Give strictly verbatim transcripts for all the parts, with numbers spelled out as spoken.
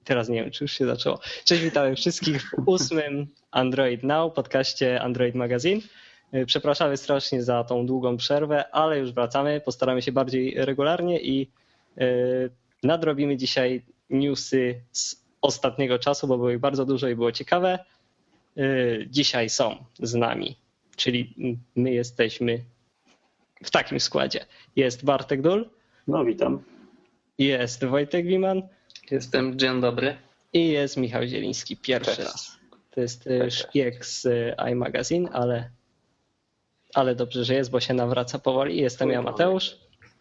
Teraz nie wiem, czy już się zaczęło. Cześć, witamy wszystkich w ósmym Android Now, podcaście Android Magazine. Przepraszamy strasznie za tą długą przerwę, ale już wracamy. Postaramy się bardziej regularnie i nadrobimy dzisiaj newsy z ostatniego czasu, bo było ich bardzo dużo i było ciekawe. Dzisiaj są z nami, czyli my jesteśmy w takim składzie. Jest Bartek Dul. No, witam. Jest Wojtek Wiman. Jestem, dzień dobry. I jest Michał Zieliński, pierwszy Cześć. raz. To jest Cześć. szpieg z iMagazine, ale, ale dobrze, że jest, bo się nawraca powoli. Jestem ja, Mateusz.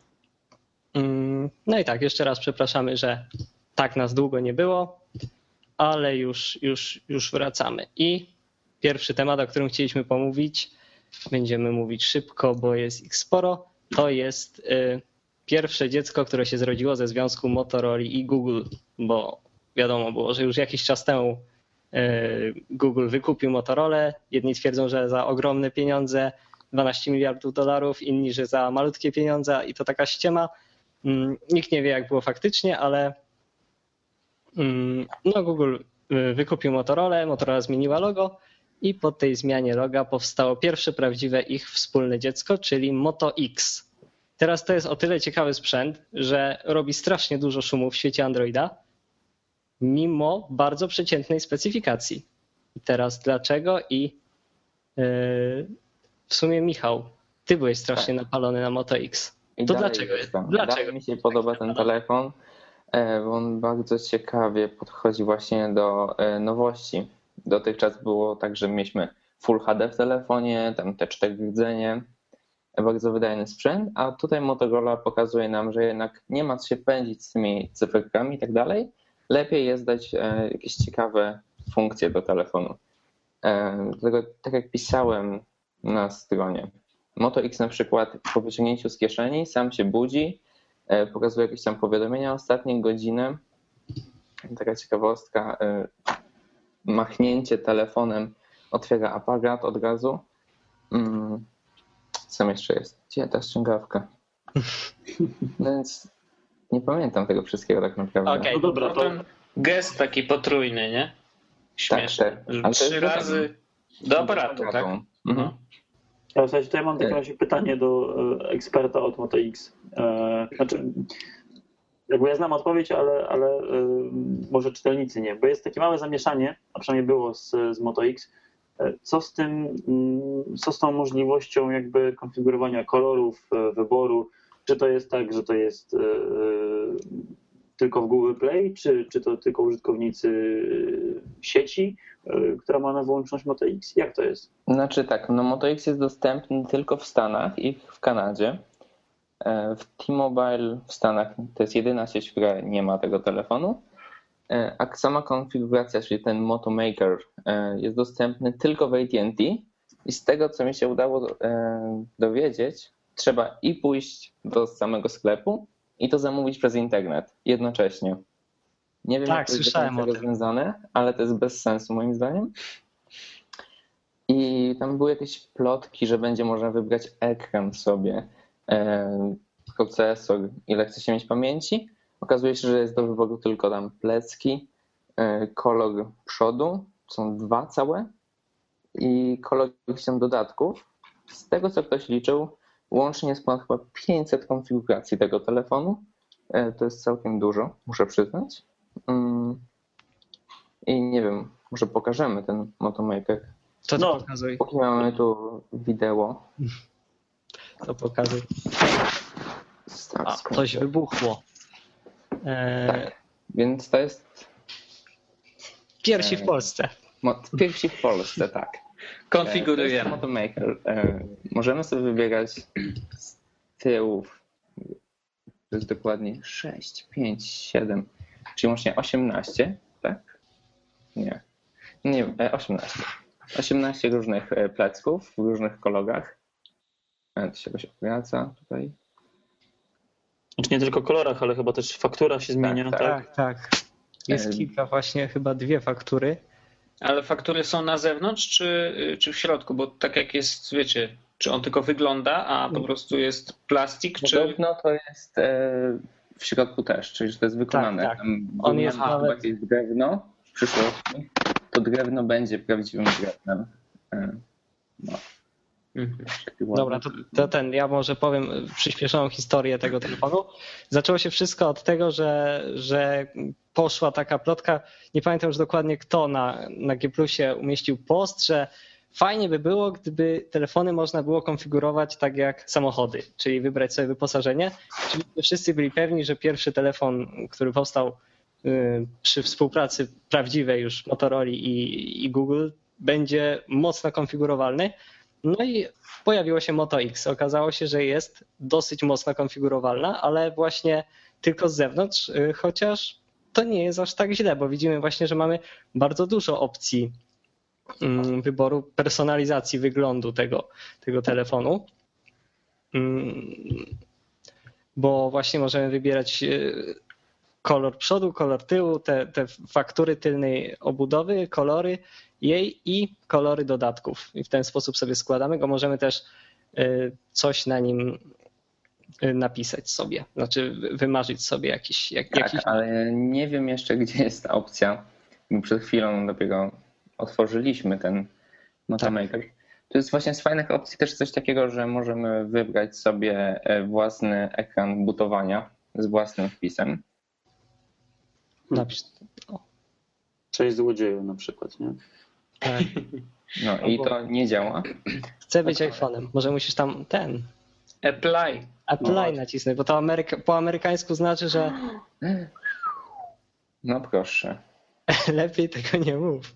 No i tak, jeszcze raz przepraszamy, że tak nas długo nie było, ale już, już, już wracamy. I pierwszy temat, o którym chcieliśmy pomówić, będziemy mówić szybko, bo jest ich sporo, to jest y, pierwsze dziecko, które się zrodziło ze związku Motorola i Google, bo wiadomo było, że już jakiś czas temu y, Google wykupił Motorola. Jedni twierdzą, że za ogromne pieniądze, dwanaście miliardów dolarów, inni, że za malutkie pieniądze i to taka ściema. Y, nikt nie wie, jak było faktycznie, ale y, no Google wykupił Motorola, Motorola zmieniła logo i po tej zmianie loga powstało pierwsze prawdziwe ich wspólne dziecko, czyli Moto X. Teraz to jest o tyle ciekawy sprzęt, że robi strasznie dużo szumu w świecie Androida, mimo bardzo przeciętnej specyfikacji. I teraz dlaczego? I yy, w sumie Michał, ty byłeś strasznie tak. napalony na Moto X. I to dlaczego? dlaczego? Dalej mi się podoba ten telefon, bo on bardzo ciekawie podchodzi właśnie do nowości. Dotychczas było tak, że mieliśmy Full H D w telefonie, tam te cztery rdzenie, bardzo wydajny sprzęt, a tutaj Motorola pokazuje nam, że jednak nie ma co się pędzić z tymi cyferkami i tak dalej. Lepiej jest dać jakieś ciekawe funkcje do telefonu. Dlatego, tak jak pisałem na stronie, Moto X na przykład po wyciągnięciu z kieszeni sam się budzi, pokazuje jakieś tam powiadomienia ostatnie, godzinę. Taka ciekawostka, machnięcie telefonem otwiera aparat od razu. Co jeszcze jest? Gdzie ta ściągawka? No więc nie pamiętam tego wszystkiego tak naprawdę. Okej, okay, no dobra, to ten gest taki potrójny, nie? Śmieszny. Tak, tak. Trzy razy do aparatu, tak? Mhm. Ja w zasadzie tutaj mam takie razie pytanie do eksperta od Moto X. Znaczy, jakby ja znam odpowiedź, ale, ale może czytelnicy nie, bo jest takie małe zamieszanie, a przynajmniej było z, z Moto X. Co z tym, co z tą możliwością jakby konfigurowania kolorów, wyboru? Czy to jest tak, że to jest tylko w Google Play, czy, czy to tylko użytkownicy sieci, która ma na wyłączność Moto X? Jak to jest? Znaczy tak, no Moto X jest dostępny tylko w Stanach i w Kanadzie. W T-Mobile w Stanach to jest jedyna sieć, która nie ma tego telefonu. A sama konfiguracja, czyli ten Moto Maker, jest dostępny tylko w A T and T i z tego, co mi się udało dowiedzieć, trzeba i pójść do samego sklepu i to zamówić przez internet jednocześnie. Nie wiem, tak, jak to jest słyszałem o tym. rozwiązane, ale to jest bez sensu moim zdaniem. I tam były jakieś plotki, że będzie można wybrać ekran sobie, procesor, ile chce się mieć pamięci. Okazuje się, że jest do wyboru tylko tam plecki, kolor przodu, są dwa całe i kolor tam dodatków. Z tego, co ktoś liczył, łącznie jest ponad chyba pięćset konfiguracji tego telefonu. To jest całkiem dużo, muszę przyznać. I nie wiem, może pokażemy ten Moto Maker. To no, pokazuj. Póki mamy tu wideo. To pokazuj. A, coś wybuchło. Tak, więc to jest... Pierwsi w Polsce. Pierwsi w Polsce, tak. Konfigurujemy. Moto Maker. Możemy sobie wybierać z tyłów. To jest dokładnie sześć, pięć, siedem, czyli łącznie osiemnaście, tak? Nie. Nie, osiemnaście. osiemnaście różnych plecków w różnych kolorach. To się jakoś obraca tutaj. Znaczy nie tylko kolorach, ale chyba też faktura się zmienia, tak? Tak, tak. tak. Jest kilka właśnie, chyba dwie faktury. Ale faktury są na zewnątrz czy, czy w środku? Bo tak jak jest, wiecie, czy on tylko wygląda, a po prostu jest plastik, czy... Podobno to jest w środku też, czyli że to jest wykonane. Tak, tak. Tam On jest chyba nawet... jakieś drewno w przyszłości, to drewno będzie prawdziwym drewnem. No. Dobra, to, to ten, ja może powiem przyspieszoną historię tego telefonu. Zaczęło się wszystko od tego, że, że poszła taka plotka, nie pamiętam już dokładnie kto na, na G Plusie umieścił post, że fajnie by było, gdyby telefony można było konfigurować tak jak samochody, czyli wybrać sobie wyposażenie. Czyli wszyscy byli pewni, że pierwszy telefon, który powstał przy współpracy prawdziwej już Motorola i, i Google, będzie mocno konfigurowalny. No i pojawiło się Moto X. Okazało się, że jest dosyć mocno konfigurowalna, ale właśnie tylko z zewnątrz, chociaż to nie jest aż tak źle, bo widzimy właśnie, że mamy bardzo dużo opcji wyboru, personalizacji wyglądu tego, tego telefonu, bo właśnie możemy wybierać kolor przodu, kolor tyłu, te, te faktury tylnej obudowy, kolory jej i kolory dodatków. I w ten sposób sobie składamy go. Możemy też coś na nim napisać sobie, znaczy wymarzyć sobie jakiś... Jak, tak, jakiś... ale nie wiem jeszcze, gdzie jest ta opcja, bo przed chwilą dopiero otworzyliśmy ten Motomaker. To jest właśnie z fajnych opcji też coś takiego, że możemy wybrać sobie własny ekran bootowania z własnym wpisem. Napisz. Cześć złodzieju na przykład, nie? Tak. No i to nie działa. Chcę być iPhone'em. Może musisz tam ten... Apply. Apply no. nacisnąć, bo to Ameryka, po amerykańsku znaczy, że... No proszę. Lepiej tego nie mów.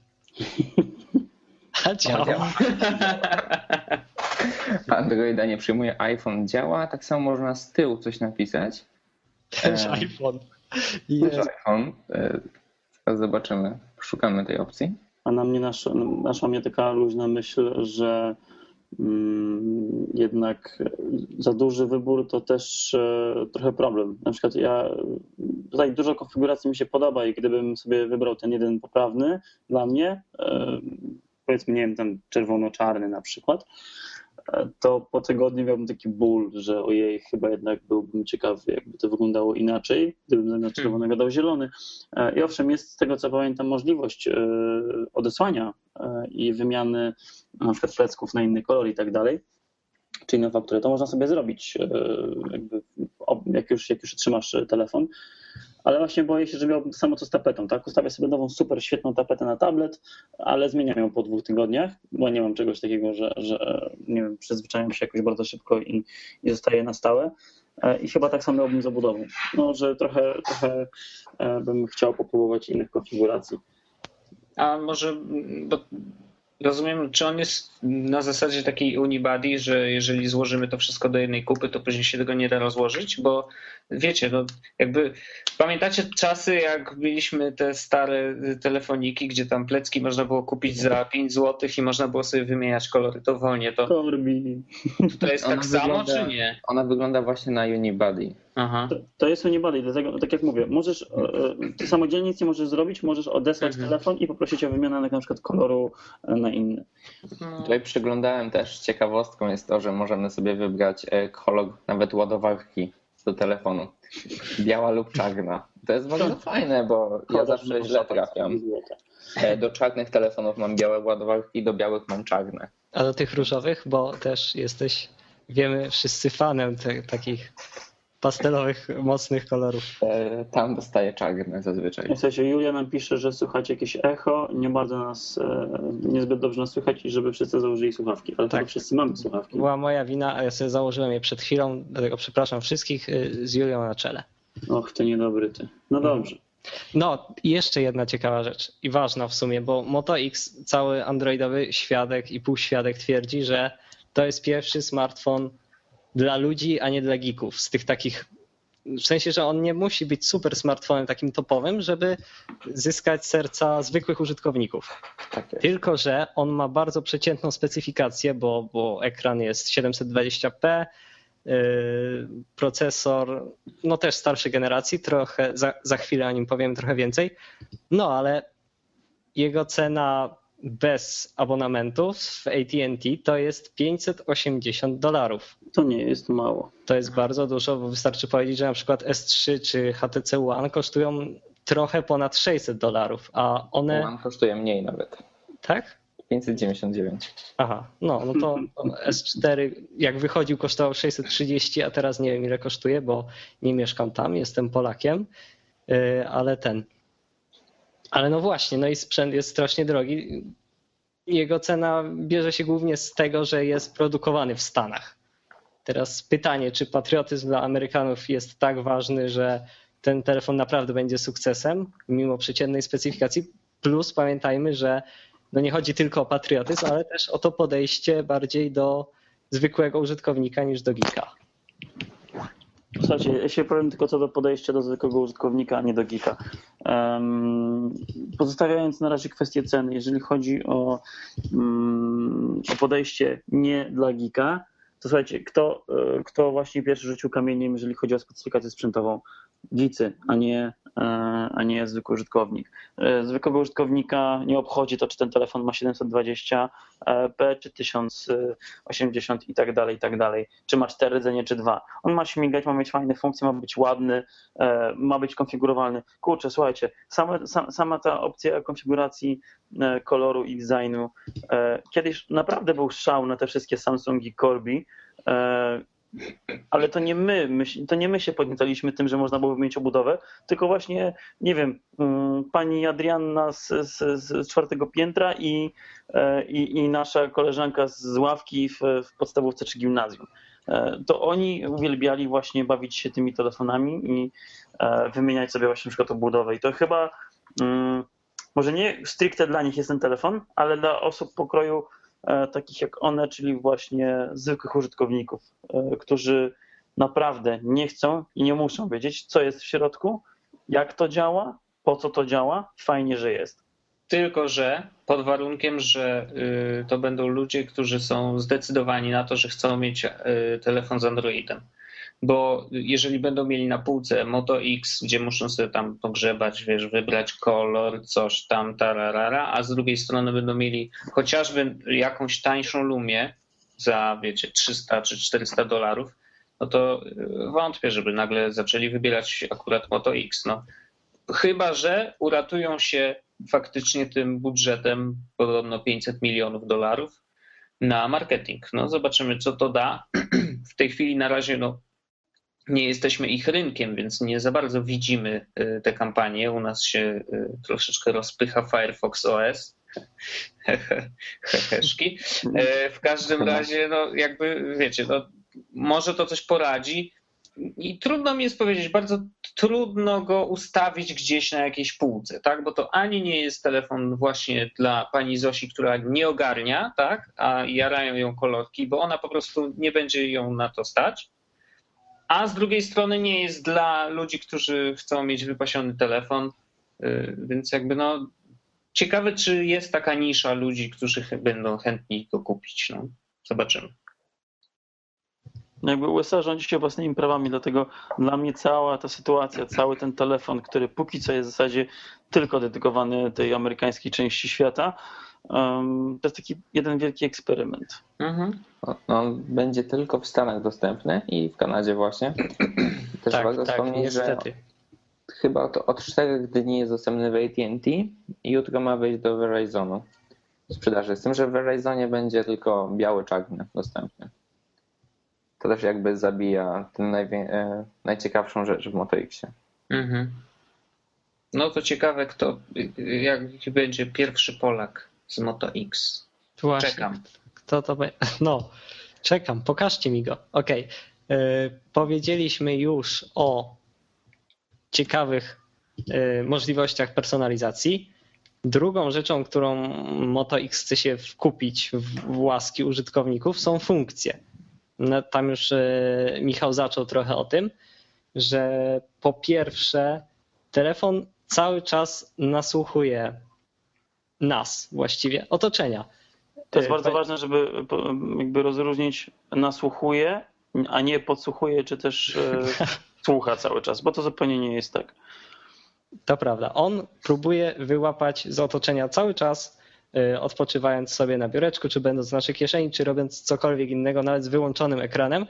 A działa. Androida nie przyjmuje, iPhone działa. Tak samo można z tyłu coś napisać. Też iPhone. Też iPhone. Teraz zobaczymy. Szukamy tej opcji. A na mnie naszła, naszła mnie taka luźna myśl, że mm, jednak za duży wybór to też e, trochę problem. Na przykład ja tutaj dużo konfiguracji mi się podoba i gdybym sobie wybrał ten jeden poprawny dla mnie, e, powiedzmy, nie wiem, ten czerwono-czarny na przykład, to po tygodniu miałbym taki ból, że ojej, chyba jednak byłbym ciekawy, jakby to wyglądało inaczej, gdybym zamiast czerwonego dał zielony. I owszem, jest z tego, co pamiętam, możliwość odesłania i wymiany na przykład plecków na inny kolor i tak dalej, czy inną fakturę. To można sobie zrobić, jakby, jak już, jak już trzymasz telefon. Ale właśnie boję się, że miałbym to samo co z tapetą, tak? Ustawię sobie nową super świetną tapetę na tablet, ale zmieniam ją po dwóch tygodniach, bo nie mam czegoś takiego, że, że nie wiem, przyzwyczajam się jakoś bardzo szybko i, i zostaje na stałe. I chyba tak samo miałbym z obudową. No, że trochę, trochę bym chciał popróbować innych konfiguracji. A może, bo rozumiem, czy on jest na zasadzie takiej unibody, że jeżeli złożymy to wszystko do jednej kupy, to później się tego nie da rozłożyć? Bo wiecie, no jakby pamiętacie czasy, jak mieliśmy te stare telefoniki, gdzie tam plecki można było kupić za pięć złotych i można było sobie wymieniać kolory dowolnie. To Corby. To jest tak samo, wygląda, czy nie? Ona wygląda właśnie na unibody. Aha. To, to jest unibody, dlatego, no, tak jak mówię, możesz, ty samodzielnie nic nie możesz zrobić, możesz odesłać mhm. telefon i poprosić o wymianę na przykład koloru na inny. Hmm. Tutaj przyglądałem też, ciekawostką jest to, że możemy sobie wybrać kolor nawet ładowarki do telefonu. Biała lub czarna. To jest bardzo fajne, bo ja zawsze źle trafiam. Do czarnych telefonów mam białe ładowarki, do białych mam czarne. A do tych różowych, bo też jesteś, wiemy, wszyscy fanem te, takich pastelowych, mocnych kolorów. Tam dostaję czarne zazwyczaj. W sensie Julia nam pisze, że słuchacie jakieś echo, nie bardzo nas, niezbyt dobrze nas słychać i żeby wszyscy założyli słuchawki, ale tak. To wszyscy mamy słuchawki. Była moja wina, a ja sobie założyłem je przed chwilą, dlatego przepraszam wszystkich z Julią na czele. Och, to niedobry ty. No dobrze. No i jeszcze jedna ciekawa rzecz i ważna w sumie, bo Moto X, cały androidowy świadek i półświadek twierdzi, że to jest pierwszy smartfon dla ludzi, a nie dla geeków. Z tych takich, w sensie, że on nie musi być super smartfonem takim topowym, żeby zyskać serca zwykłych użytkowników. Tak jest. Tylko że on ma bardzo przeciętną specyfikację, bo, bo ekran jest siedemset dwadzieścia p, yy, procesor no też starszej generacji, trochę za, za chwilę o nim powiem trochę więcej. No ale jego cena bez abonamentu w A T and T to jest pięćset osiemdziesiąt dolarów. To nie jest mało. To jest bardzo dużo, bo wystarczy powiedzieć, że na przykład S trzy czy H T C One kosztują trochę ponad sześćset dolarów, a one... One kosztuje mniej nawet. Tak? pięćset dziewięćdziesiąt dziewięć. Aha, no, no to S cztery jak wychodził kosztował sześćset trzydzieści, a teraz nie wiem ile kosztuje, bo nie mieszkam tam, jestem Polakiem, ale ten... Ale no właśnie, no i sprzęt jest strasznie drogi. Jego cena bierze się głównie z tego, że jest produkowany w Stanach. Teraz pytanie, czy patriotyzm dla Amerykanów jest tak ważny, że ten telefon naprawdę będzie sukcesem, mimo przeciętnej specyfikacji. Plus pamiętajmy, że no nie chodzi tylko o patriotyzm, ale też o to podejście bardziej do zwykłego użytkownika niż do geeka. Słuchajcie, ja się powiem tylko co do podejścia do zwykłego użytkownika, a nie do geeka. Um, pozostawiając na razie kwestię ceny, jeżeli chodzi o, um, o podejście nie dla geeka, to słuchajcie, kto, kto właśnie pierwszy rzucił kamieniem, jeżeli chodzi o specyfikację sprzętową? Geecy, a nie, a nie zwykły użytkownik. Zwykłego użytkownika nie obchodzi to, czy ten telefon ma siedemset dwadzieścia p, czy tysiąc osiemdziesiąt i tak dalej, i tak dalej. Czy ma cztery rdzenie, czy dwa. On ma śmigać, ma mieć fajne funkcje, ma być ładny, ma być konfigurowalny. Kurczę, słuchajcie, sama, sama ta opcja konfiguracji koloru i designu. Kiedyś naprawdę był szał na te wszystkie Samsungi Corby, ale to nie my, my, to nie my się podniecaliśmy tym, że można było mieć obudowę, tylko właśnie, nie wiem, pani Adrianna z, z, z czwartego piętra i, i, i nasza koleżanka z ławki w, w podstawówce czy gimnazjum. To oni uwielbiali właśnie bawić się tymi telefonami i wymieniać sobie właśnie na przykład obudowę. I to chyba, może nie stricte dla nich jest ten telefon, ale dla osób pokroju takich jak one, czyli właśnie zwykłych użytkowników, którzy naprawdę nie chcą i nie muszą wiedzieć, co jest w środku, jak to działa, po co to działa, fajnie, że jest. Tylko że pod warunkiem, że to będą ludzie, którzy są zdecydowani na to, że chcą mieć telefon z Androidem. Bo jeżeli będą mieli na półce Moto X, gdzie muszą sobie tam pogrzebać, wiesz, wybrać kolor, coś tam, tararara, a z drugiej strony będą mieli chociażby jakąś tańszą Lumię za, wiecie, trzysta czy czterysta dolarów, no to wątpię, żeby nagle zaczęli wybierać akurat Moto X. No. Chyba że uratują się faktycznie tym budżetem podobno pięćset milionów dolarów na marketing. No zobaczymy, co to da. W tej chwili na razie no, nie jesteśmy ich rynkiem, więc nie za bardzo widzimy te kampanie. U nas się troszeczkę rozpycha Firefox O S. Heheszki. W każdym razie, no jakby wiecie, no, może to coś poradzi. I trudno mi jest powiedzieć, bardzo trudno go ustawić gdzieś na jakiejś półce, tak? Bo to ani nie jest telefon właśnie dla pani Zosi, która nie ogarnia, tak? A jarają ją kolorki, bo ona po prostu nie będzie ją na to stać. A z drugiej strony nie jest dla ludzi, którzy chcą mieć wypasiony telefon, więc jakby no ciekawe, czy jest taka nisza ludzi, którzy będą chętni go kupić. No, zobaczymy. Jakby U S A rządzi się własnymi prawami, dlatego dla mnie cała ta sytuacja, cały ten telefon, który póki co jest w zasadzie tylko dedykowany tej amerykańskiej części świata, um, to jest taki jeden wielki eksperyment. Mhm. On będzie tylko w Stanach dostępny i w Kanadzie właśnie. Też tak, warto tak, wspomnieć, niestety. że chyba to od czterech dni jest dostępny w A T and T i jutro ma wejść do Verizonu sprzedaży. Z tym, że w Verizonie będzie tylko biały czarny dostępny. To też jakby zabija tę najwie- najciekawszą rzecz w Moto Xie. Mhm. No to ciekawe, kto, jak będzie pierwszy Polak z Moto X. Właśnie. Czekam. Kto to będzie? No, czekam, pokażcie mi go. Okej. Okay. Powiedzieliśmy już o ciekawych y, możliwościach personalizacji. Drugą rzeczą, którą Moto X chce się wkupić w, w łaski użytkowników, są funkcje. No, tam już y, Michał zaczął trochę o tym, że po pierwsze telefon cały czas nasłuchuje nas właściwie, otoczenia. To jest bardzo ważne, żeby jakby rozróżnić nasłuchuje, a nie podsłuchuje, czy też słucha cały czas, bo to zupełnie nie jest tak. To prawda. On próbuje wyłapać z otoczenia cały czas odpoczywając sobie na biureczku, czy będąc w naszej kieszeni, czy robiąc cokolwiek innego, nawet z wyłączonym ekranem,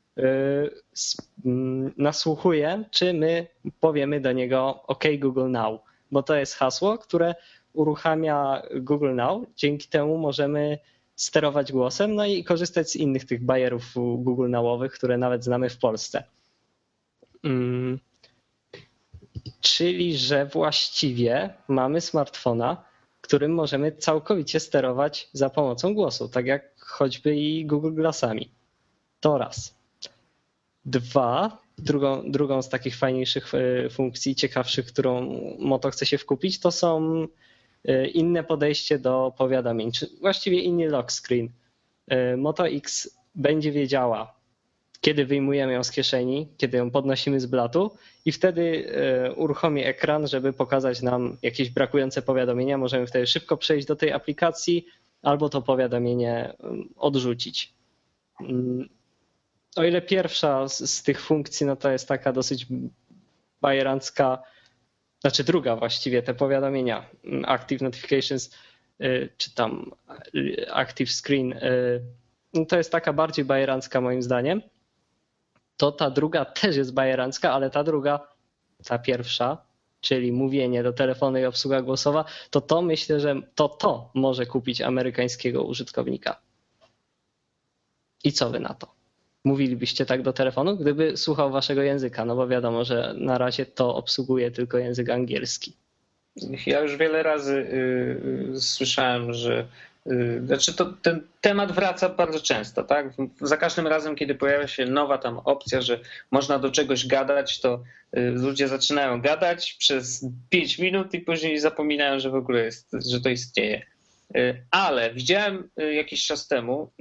nasłuchuje, czy my powiemy do niego OK Google Now, bo to jest hasło, które uruchamia Google Now. Dzięki temu możemy sterować głosem, no i korzystać z innych tych bajerów Google Nowowych, które nawet znamy w Polsce. Hmm. Czyli, że właściwie mamy smartfona, którym możemy całkowicie sterować za pomocą głosu, tak jak choćby i Google Glassami. To raz. Dwa, drugą, drugą z takich fajniejszych funkcji, ciekawszych, którą Moto chce się wkupić, to są inne podejście do powiadomień, czy właściwie inny lock screen. Moto X będzie wiedziała, kiedy wyjmujemy ją z kieszeni, kiedy ją podnosimy z blatu i wtedy uruchomi ekran, żeby pokazać nam jakieś brakujące powiadomienia. Możemy wtedy szybko przejść do tej aplikacji albo to powiadomienie odrzucić. O ile pierwsza z, z tych funkcji, no to jest taka dosyć bajerancka, znaczy druga właściwie, te powiadomienia, Active Notifications, czy tam Active Screen, no to jest taka bardziej bajerancka moim zdaniem. To ta druga też jest bajerancka, ale ta druga, ta pierwsza, czyli mówienie do telefonu i obsługa głosowa, to to myślę, że to to może kupić amerykańskiego użytkownika. I co wy na to? Mówilibyście tak do telefonu, gdyby słuchał waszego języka, no bo wiadomo, że na razie to obsługuje tylko język angielski. Ja już wiele razy y, słyszałem, że y, znaczy to, ten temat wraca bardzo często, tak? Za każdym razem, kiedy pojawia się nowa tam opcja, że można do czegoś gadać, to y, ludzie zaczynają gadać przez pięć minut i później zapominają, że w ogóle jest, że to istnieje. Y, ale widziałem y, jakiś czas temu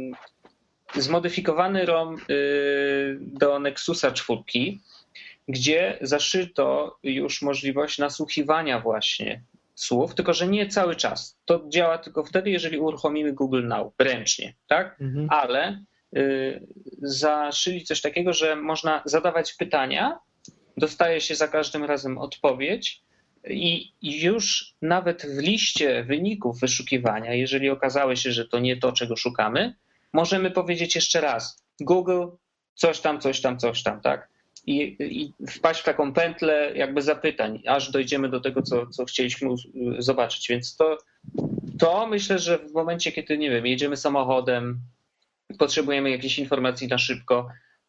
y, zmodyfikowany ROM y, do Nexusa czwórki, gdzie zaszyto już możliwość nasłuchiwania właśnie słów, tylko że nie cały czas. To działa tylko wtedy, jeżeli uruchomimy Google Now ręcznie, tak? Mhm. Ale y, zaszyli coś takiego, że można zadawać pytania, dostaje się za każdym razem odpowiedź i już nawet w liście wyników wyszukiwania, jeżeli okazało się, że to nie to, czego szukamy, możemy powiedzieć jeszcze raz Google, coś tam, coś tam, coś tam, tak? I, i wpaść w taką pętlę jakby zapytań, aż dojdziemy do tego, co, co chcieliśmy zobaczyć. Więc to, to myślę, że w momencie, kiedy, nie wiem, jedziemy samochodem, potrzebujemy jakiejś informacji na szybko,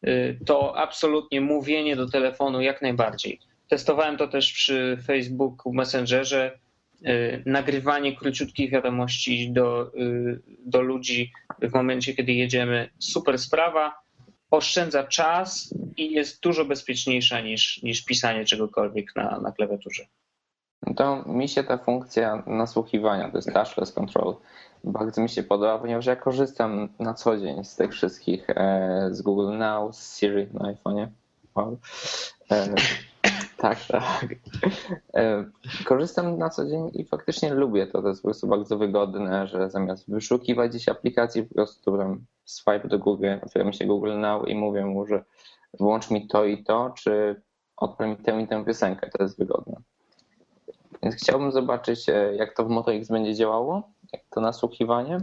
to absolutnie mówienie do telefonu jak najbardziej. Testowałem to też przy Facebooku Messengerze, nagrywanie króciutkich wiadomości do, do ludzi w momencie, kiedy jedziemy. Super sprawa. Oszczędza czas i jest dużo bezpieczniejsza niż, niż pisanie czegokolwiek na, na klawiaturze. To mi się ta funkcja nasłuchiwania, to jest touchless control, bardzo mi się podoba, ponieważ ja korzystam na co dzień z tych wszystkich, z Google Now, z Siri na iPhone'ie. Wow. E, tak, tak. E, korzystam na co dzień i faktycznie lubię to. To jest po prostu bardzo wygodne, że zamiast wyszukiwać gdzieś aplikacji, po prostu tam swipe do Google, otwiera mi się Google Now i mówię mu, że włącz mi to i to, czy odpal mi tę i tę piosenkę. To jest wygodne. Więc chciałbym zobaczyć, jak to w Moto X będzie działało, jak to nasłuchiwanie,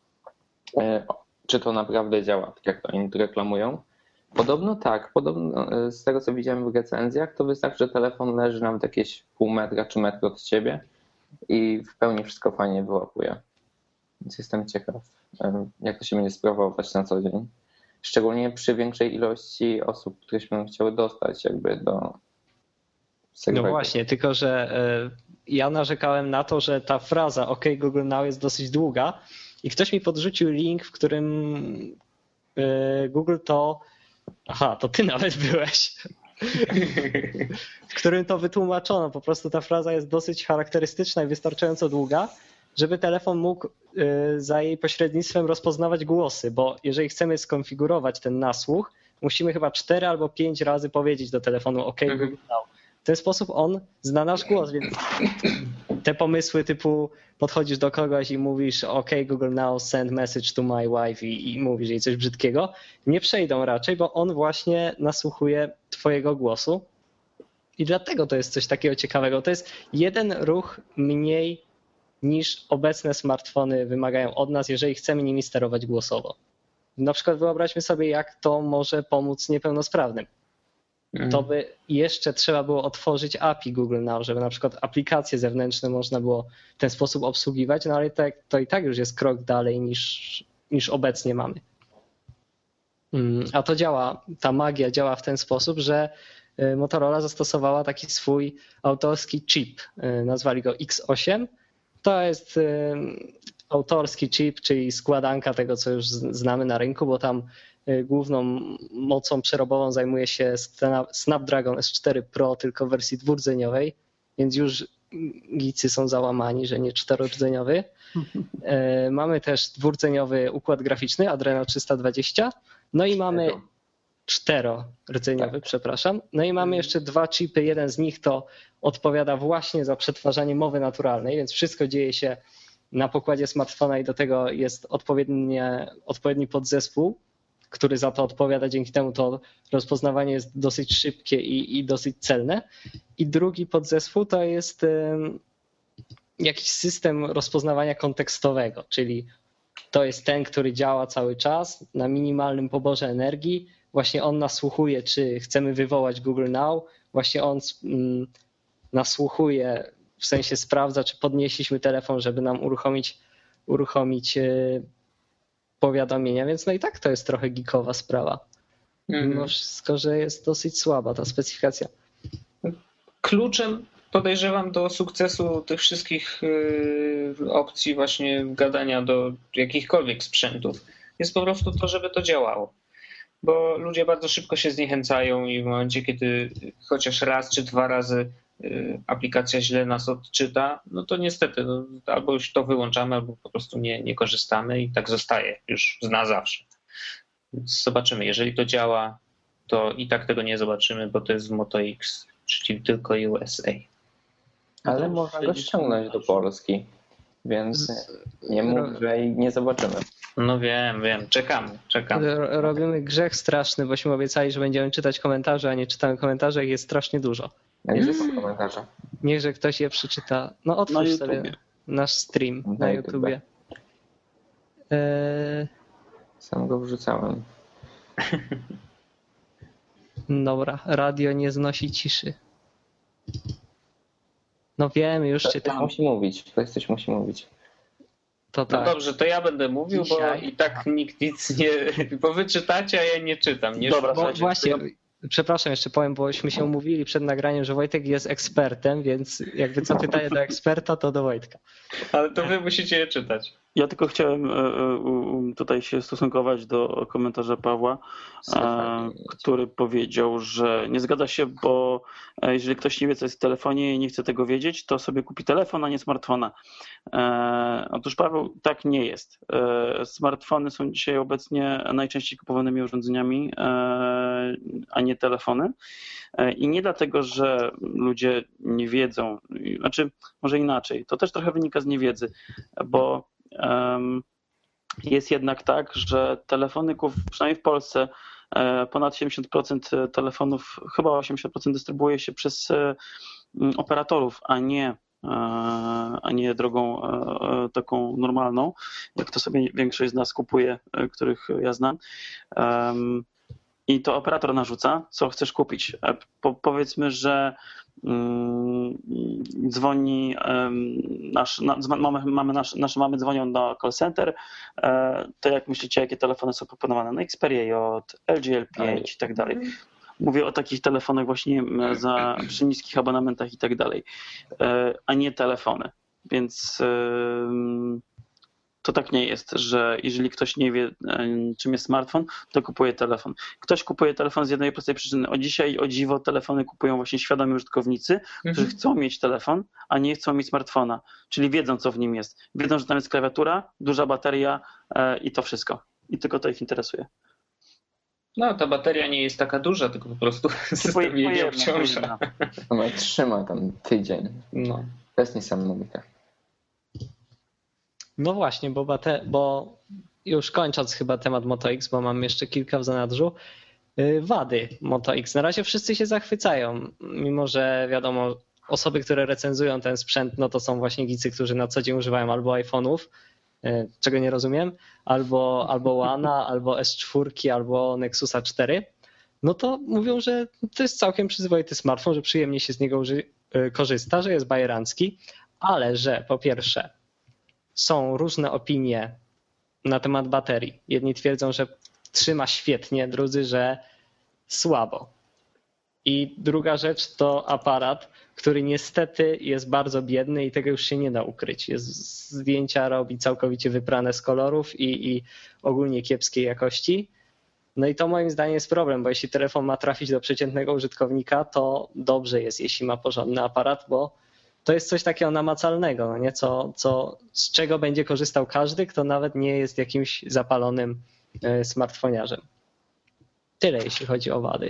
czy to naprawdę działa, tak jak to oni reklamują. Podobno tak, podobno z tego co widziałem w recenzjach, to wystarczy, że telefon leży nawet jakieś pół metra czy metr od ciebie i w pełni wszystko fajnie wyłapuje. Więc jestem ciekaw, jak to się będzie sprawować na co dzień. Szczególnie przy większej ilości osób, które się będą chciały dostać jakby do segregacji. No właśnie, tylko że ja narzekałem na to, że ta fraza OK Google Now jest dosyć długa i ktoś mi podrzucił link, w którym Google to... Aha, to ty nawet byłeś. W którym to wytłumaczono. Po prostu ta fraza jest dosyć charakterystyczna i wystarczająco długa, żeby telefon mógł za jej pośrednictwem rozpoznawać głosy, bo jeżeli chcemy skonfigurować ten nasłuch, musimy chyba cztery albo pięć razy powiedzieć do telefonu OK Google Now. W ten sposób on zna nasz głos, więc te pomysły typu podchodzisz do kogoś i mówisz OK Google Now send message to my wife i, i mówisz jej coś brzydkiego, nie przejdą raczej, bo on właśnie nasłuchuje twojego głosu i dlatego to jest coś takiego ciekawego. To jest jeden ruch mniej niż obecne smartfony wymagają od nas, jeżeli chcemy nimi sterować głosowo. Na przykład wyobraźmy sobie, jak to może pomóc niepełnosprawnym. To by jeszcze trzeba było otworzyć A P I Google Now, żeby na przykład aplikacje zewnętrzne można było w ten sposób obsługiwać, no ale to, to i tak już jest krok dalej niż, niż obecnie mamy. A to działa, ta magia działa w ten sposób, że Motorola zastosowała taki swój autorski chip, nazwali go X osiem. To jest autorski chip, czyli składanka tego, co już znamy na rynku, bo tam główną mocą przerobową zajmuje się Snapdragon S cztery Pro, tylko w wersji dwurdzeniowej, więc już geecy są załamani, że nie czterodzeniowy. Mamy też dwurdzeniowy układ graficzny Adreno trzysta dwadzieścia, no i mamy czterodzeniowy, tak. przepraszam. No i mamy jeszcze dwa chipy, jeden z nich to odpowiada właśnie za przetwarzanie mowy naturalnej, więc wszystko dzieje się na pokładzie smartfona i do tego jest odpowiednie, odpowiedni podzespół, który za to odpowiada, dzięki temu to rozpoznawanie jest dosyć szybkie i, i dosyć celne. I drugi podzespół to jest jakiś system rozpoznawania kontekstowego, czyli to jest ten, który działa cały czas na minimalnym poborze energii. Właśnie on nasłuchuje, czy chcemy wywołać Google Now. Właśnie on nasłuchuje, w sensie sprawdza, czy podnieśliśmy telefon, żeby nam uruchomić, uruchomić powiadomienia, więc no i tak to jest trochę geekowa sprawa. Mm. Mimo wszystko, że jest dosyć słaba ta specyfikacja. Kluczem podejrzewam do sukcesu tych wszystkich opcji właśnie gadania do jakichkolwiek sprzętów jest po prostu to, żeby to działało. Bo ludzie bardzo szybko się zniechęcają i w momencie, kiedy chociaż raz czy dwa razy aplikacja źle nas odczyta, no to niestety no, albo już to wyłączamy, albo po prostu nie, nie korzystamy i tak zostaje już na zawsze. Więc zobaczymy. Jeżeli to działa, to i tak tego nie zobaczymy, bo to jest Moto X, czyli tylko U S A. Ale można go ściągnąć do Polski, więc nie mów, że nie zobaczymy. No wiem, wiem, czekamy, czekamy. Robimy grzech straszny, bośmy obiecali, że będziemy czytać komentarze, a nie czytamy komentarzy, ich jest strasznie dużo. A gdzie są komentarze? Niechże ktoś je przeczyta. No otwórz na sobie nasz stream na, na YouTubie. Eee... Sam go wrzucałem. Dobra, radio nie znosi ciszy. No wiemy, już czytam. Ktoś musi mówić, ktoś coś musi mówić. To tak. No dobrze, to ja będę mówił, Dzisiaj. bo i tak nikt nic nie... Bo wy czytacie, a ja nie czytam. Nie Dobra, bo właśnie, przepraszam, jeszcze powiem, bośmy się umówili przed nagraniem, że Wojtek jest ekspertem, więc jakby co pytanie do eksperta, to do Wojtka. Ale to wy musicie je czytać. Ja tylko chciałem tutaj się stosunkować do komentarza Pawła, który powiedział, że nie zgadza się, bo jeżeli ktoś nie wie, co jest w telefonie i nie chce tego wiedzieć, to sobie kupi telefon, a nie smartfona. Otóż Paweł, tak nie jest. Smartfony są dzisiaj obecnie najczęściej kupowanymi urządzeniami, a nie telefony. I nie dlatego, że ludzie nie wiedzą, znaczy może inaczej, to też trochę wynika z niewiedzy, bo jest jednak tak, że telefony, przynajmniej w Polsce, ponad siedemdziesiąt procent telefonów, chyba osiemdziesiąt procent dystrybuuje się przez operatorów, a nie, a nie drogą taką normalną, jak to sobie większość z nas kupuje, których ja znam. I to operator narzuca, co chcesz kupić. Po, powiedzmy, że mm, dzwoni nasz, na, mamy, mamy nasz, nasze mamy dzwonią do call center, e, to jak myślicie, jakie telefony są proponowane? No Xperia J, L G L pięć i tak dalej. Mówię o takich telefonach właśnie za, przy niskich abonamentach i tak dalej, e, a nie telefony. Więc e, to tak nie jest, że jeżeli ktoś nie wie, czym jest smartfon, to kupuje telefon. Ktoś kupuje telefon z jednej prostej przyczyny. O dzisiaj, o dziwo, telefony kupują właśnie świadomi użytkownicy, mhm. którzy chcą mieć telefon, a nie chcą mieć smartfona. Czyli wiedzą, co w nim jest. Wiedzą, że tam jest klawiatura, duża bateria i to wszystko. I tylko to ich interesuje. No, ta bateria nie jest taka duża, tylko po prostu system jej nie obciąża. Ona trzyma tam tydzień. No. To jest niesamowite. No właśnie, bo, bate, bo już kończąc chyba temat Moto X, bo mam jeszcze kilka w zanadrzu, wady Moto X. Na razie wszyscy się zachwycają, mimo że wiadomo, osoby, które recenzują ten sprzęt, no to są właśnie geecy, którzy na co dzień używają albo iPhone'ów, czego nie rozumiem, albo, albo One'a, albo S cztery, albo Nexusa cztery, no to mówią, że to jest całkiem przyzwoity smartfon, że przyjemnie się z niego uży- korzysta, że jest bajerancki, ale że po pierwsze są różne opinie na temat baterii. Jedni twierdzą, że trzyma świetnie, drudzy, że słabo. I druga rzecz to aparat, który niestety jest bardzo biedny i tego już się nie da ukryć. Jest, zdjęcia robi całkowicie wyprane z kolorów i, i ogólnie kiepskiej jakości. No i to moim zdaniem jest problem, bo jeśli telefon ma trafić do przeciętnego użytkownika, to dobrze jest, jeśli ma porządny aparat, bo to jest coś takiego namacalnego, no nie? Co, co, z czego będzie korzystał każdy, kto nawet nie jest jakimś zapalonym smartfoniarzem. Tyle, jeśli chodzi o wady.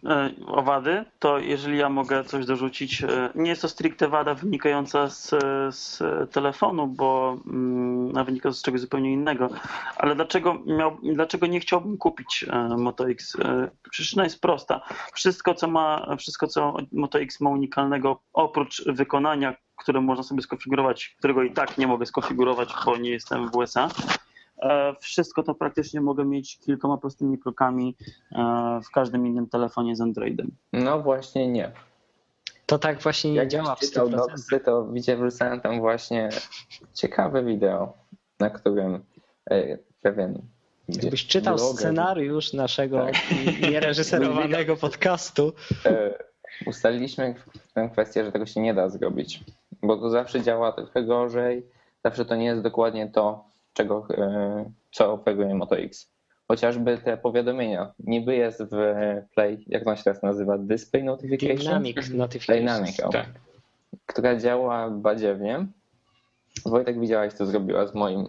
O wady, to jeżeli ja mogę coś dorzucić, nie jest to stricte wada wynikająca z, z telefonu, bo a wynika z czegoś zupełnie innego. Ale dlaczego, miał, dlaczego nie chciałbym kupić Moto X? Przyczyna jest prosta. Wszystko, co ma, wszystko, co Moto X ma unikalnego, oprócz wykonania, które można sobie skonfigurować, którego i tak nie mogę skonfigurować, bo nie jestem w U S A, wszystko to praktycznie mogę mieć kilkoma prostymi krokami w każdym innym telefonie z Androidem. No właśnie nie. To tak właśnie nie Jak działa w czytał stu procentach. doksy, to widziałem, wrzucałem tam właśnie ciekawe wideo, na którym e, pewien... Jakbyś czytał bloger, scenariusz naszego tak. niereżyserowanego podcastu. E, ustaliliśmy tę kwestię, że tego się nie da zrobić, bo to zawsze działa trochę gorzej, zawsze to nie jest dokładnie to, czego, co oferuje Moto X. Chociażby te powiadomienia. Niby jest w Play, jak on się teraz nazywa? Display Notification? Dynamic Notification. Dynamic, o, Tak. która działa badziewnie. Wojtek, widziałaś, co zrobiła z moim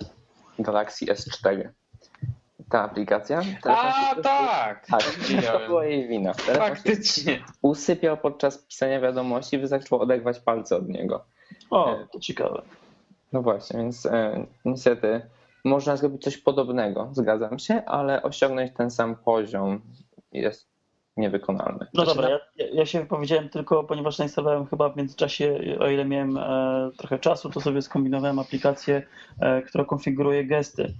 Galaxy S cztery. Ta aplikacja? A, tak! Tak, to była jej wina. Telefon Faktycznie. usypiał podczas pisania wiadomości, wystarczyło oderwać palce od niego. O, to ciekawe. No właśnie, więc e, niestety można zrobić coś podobnego, zgadzam się, ale osiągnąć ten sam poziom jest niewykonalny. No dobra, ja, ja się wypowiedziałem tylko, ponieważ zainstalowałem chyba w międzyczasie, o ile miałem e, trochę czasu, to sobie skombinowałem aplikację, e, która konfiguruje gesty.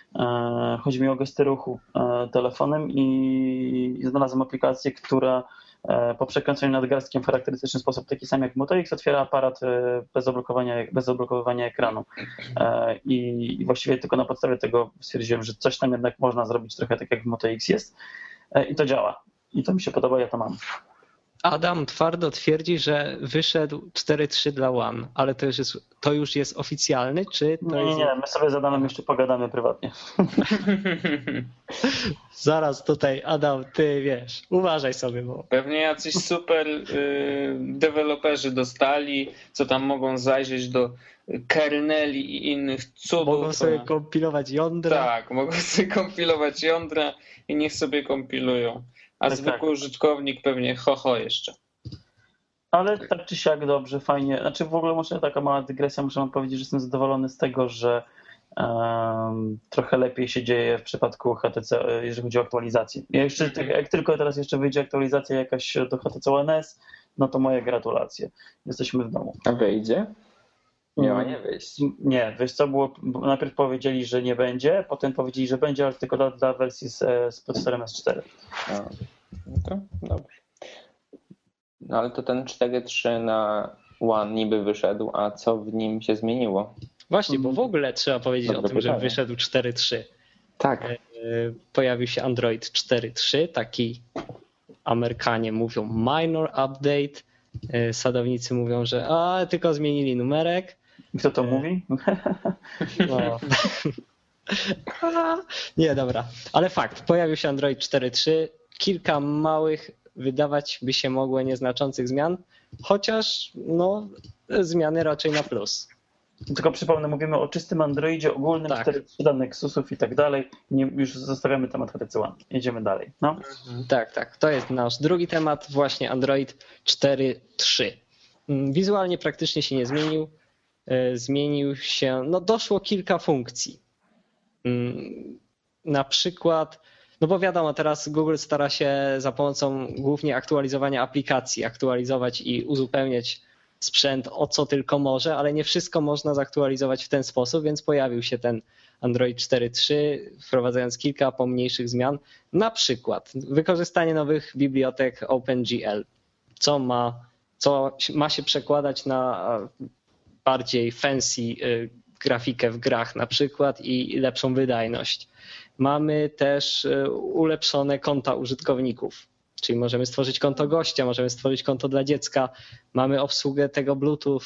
E, chodzi mi o gesty ruchu e, telefonem i, i znalazłem aplikację, która e, po przekręceniu nadgarstkiem w charakterystyczny sposób, taki sam jak Moto X, otwiera aparat e, bez zablokowania, bez zablokowania ekranu. E, i, I właściwie tylko na podstawie tego stwierdziłem, że coś tam jednak można zrobić trochę tak jak w Moto X jest e, i to działa. I to mi się podoba, ja to mam. Adam twardo twierdzi, że wyszedł cztery trzy dla One, ale to już jest, to już jest oficjalny, czy to Nie, nie, jest... nie, my sobie z Adamem jeszcze pogadamy prywatnie. Zaraz tutaj, Adam, ty wiesz, uważaj sobie, bo... Pewnie jacyś super y, deweloperzy dostali, co tam mogą zajrzeć do kerneli i innych cudów. Mogą sobie kompilować jądra. Tak, mogą sobie kompilować jądra i niech sobie kompilują. A Tak, zwykły tak. użytkownik pewnie ho, ho jeszcze. Ale tak czy siak dobrze, fajnie. Znaczy w ogóle może taka mała dygresja, muszę wam powiedzieć, że jestem zadowolony z tego, że um, trochę lepiej się dzieje w przypadku H T C, jeżeli chodzi o aktualizację. Ja jeszcze, tak, jak tylko teraz jeszcze wyjdzie aktualizacja jakaś do H T C One S, no to moje gratulacje. Jesteśmy w domu. A wyjdzie? Miała nie wyjść. Nie, wiesz co, było, najpierw powiedzieli, że nie będzie, potem powiedzieli, że będzie, ale tylko dla, dla wersji z, z procesorem S cztery. A, no to dobrze. No ale to ten cztery trzy na One niby wyszedł, a co w nim się zmieniło? Właśnie, bo w ogóle trzeba powiedzieć Dobre o tym, że pytanie. wyszedł cztery trzy. Tak. Pojawił się Android cztery trzy, taki Amerykanie mówią minor update, sadownicy mówią, że a, tylko zmienili numerek. Kto to mówi? No. Nie, dobra. Ale fakt, pojawił się Android cztery trzy, kilka małych, wydawać by się mogło nieznaczących zmian, chociaż no, zmiany raczej na plus. Tylko przypomnę, mówimy o czystym Androidzie ogólnym, Tak. cztery trzy dla Nexusów i tak dalej. Nie, już zostawiamy temat H T C One. Jedziemy dalej. No. Tak, tak. To jest nasz drugi temat, właśnie Android cztery trzy. Wizualnie praktycznie się nie zmienił. Zmienił się, no doszło kilka funkcji. Na przykład no bo wiadomo, teraz Google stara się za pomocą głównie aktualizowania aplikacji aktualizować i uzupełniać sprzęt o co tylko może, ale nie wszystko można zaktualizować w ten sposób, więc pojawił się ten Android cztery trzy, wprowadzając kilka pomniejszych zmian, na przykład wykorzystanie nowych bibliotek OpenGL, co ma, co ma się przekładać na bardziej fancy grafikę w grach na przykład i lepszą wydajność. Mamy też ulepszone konta użytkowników, czyli możemy stworzyć konto gościa, możemy stworzyć konto dla dziecka, mamy obsługę tego Bluetooth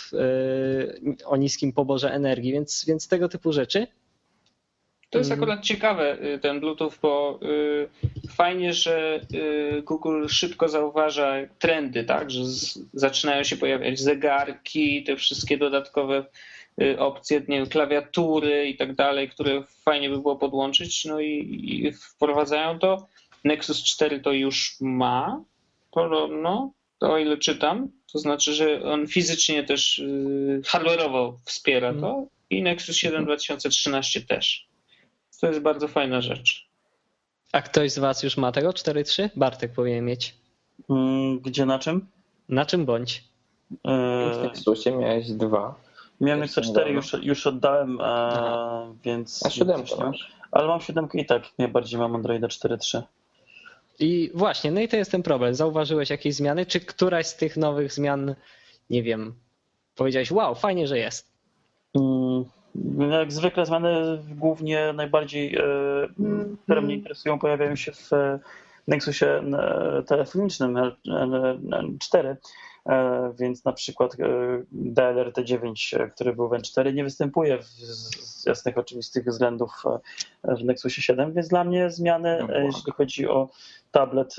o niskim poborze energii, więc, więc tego typu rzeczy. To jest akurat ciekawe, ten Bluetooth, bo fajnie, że Google szybko zauważa trendy, tak, że zaczynają się pojawiać zegarki, te wszystkie dodatkowe opcje, nie wiem, klawiatury i tak dalej, które fajnie by było podłączyć, no i, i wprowadzają to. Nexus cztery to już ma, podobno, to o ile czytam, to znaczy, że on fizycznie też hardware'owo wspiera to i Nexus siedem dwa tysiące trzynaście też. To jest bardzo fajna rzecz. A ktoś z was już ma tego cztery trzy? Bartek powinien mieć. Gdzie, na czym? Na czym bądź? W Nexusie miałeś dwa. Miałem Nexus cztery, już, już oddałem, a, więc... A siódemkę masz. Ale mam siódemkę i tak, najbardziej mam Androida cztery trzy. I właśnie, no i to jest ten problem. Zauważyłeś jakieś zmiany? Czy któraś z tych nowych zmian, nie wiem, powiedziałeś, wow, fajnie, że jest? Hmm. Jak zwykle zmiany głównie najbardziej, które mnie interesują, pojawiają się w Nexusie telefonicznym L cztery, więc na przykład D L R T dziewięć, który był w N cztery, nie występuje z jasnych oczywistych względów w Nexusie siedem, więc dla mnie zmiany, jeśli chodzi o tablet,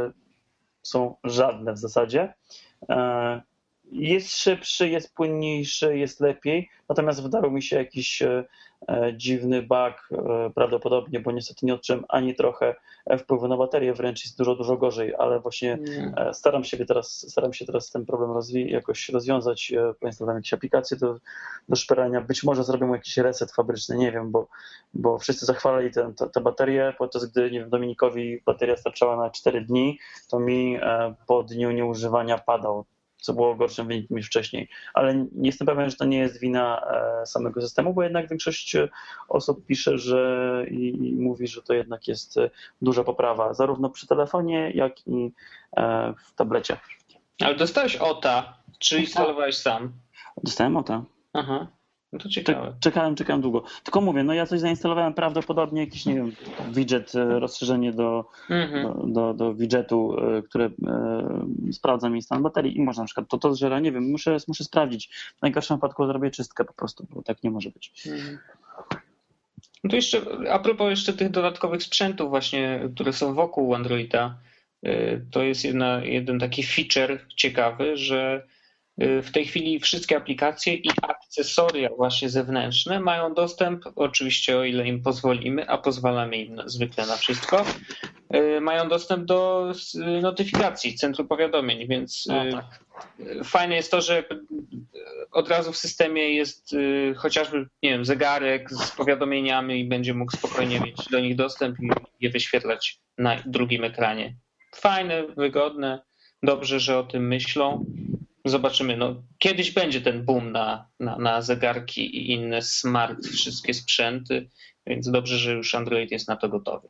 są żadne w zasadzie. Jest szybszy, jest płynniejszy, jest lepiej, natomiast wydarł mi się jakiś dziwny bug prawdopodobnie, bo niestety nie odczułem ani trochę wpływu na baterię, wręcz jest dużo, dużo gorzej, ale właśnie nie. staram się teraz, staram się teraz ten problem rozwi- jakoś rozwiązać, poinstalowałem jakieś aplikacje do, do szperania, być może zrobię mu jakiś reset fabryczny, nie wiem, bo, bo wszyscy zachwalali tę baterię, podczas gdy, nie wiem, Dominikowi bateria starczała na cztery dni, to mi po dniu nieużywania padał, co było gorszym wynikiem niż wcześniej. Ale nie jestem pewien, że to nie jest wina samego systemu, bo jednak większość osób pisze, że i, i mówi, że to jednak jest duża poprawa, zarówno przy telefonie, jak i w tablecie. Ale dostałeś O T A, czy instalowałeś sam? Dostałem O T A. Aha. No to ciekawe. Czekałem, czekałem długo. Tylko mówię, no ja coś zainstalowałem prawdopodobnie jakiś, nie wiem, widget, rozszerzenie do, mhm. do, do, do widgetu, które e, sprawdza mi stan baterii i można na przykład to, to zżera, nie wiem, muszę, muszę sprawdzić. W najgorszym wypadku zrobię czystkę po prostu, bo tak nie może być. Mhm. No to jeszcze, a propos jeszcze tych dodatkowych sprzętów właśnie, które są wokół Androida, to jest jedna, jeden taki feature ciekawy, że w tej chwili wszystkie aplikacje i akcesoria właśnie zewnętrzne mają dostęp, oczywiście o ile im pozwolimy, a pozwalamy im zwykle na wszystko, mają dostęp do notyfikacji, centrum powiadomień, więc no tak. Fajne jest to, że od razu w systemie jest chociażby, nie wiem, zegarek z powiadomieniami i będzie mógł spokojnie mieć do nich dostęp i je wyświetlać na drugim ekranie. Fajne, wygodne, dobrze, że o tym myślą. Zobaczymy, no kiedyś będzie ten boom na, na, na zegarki i inne smart, wszystkie sprzęty, więc dobrze, że już Android jest na to gotowy.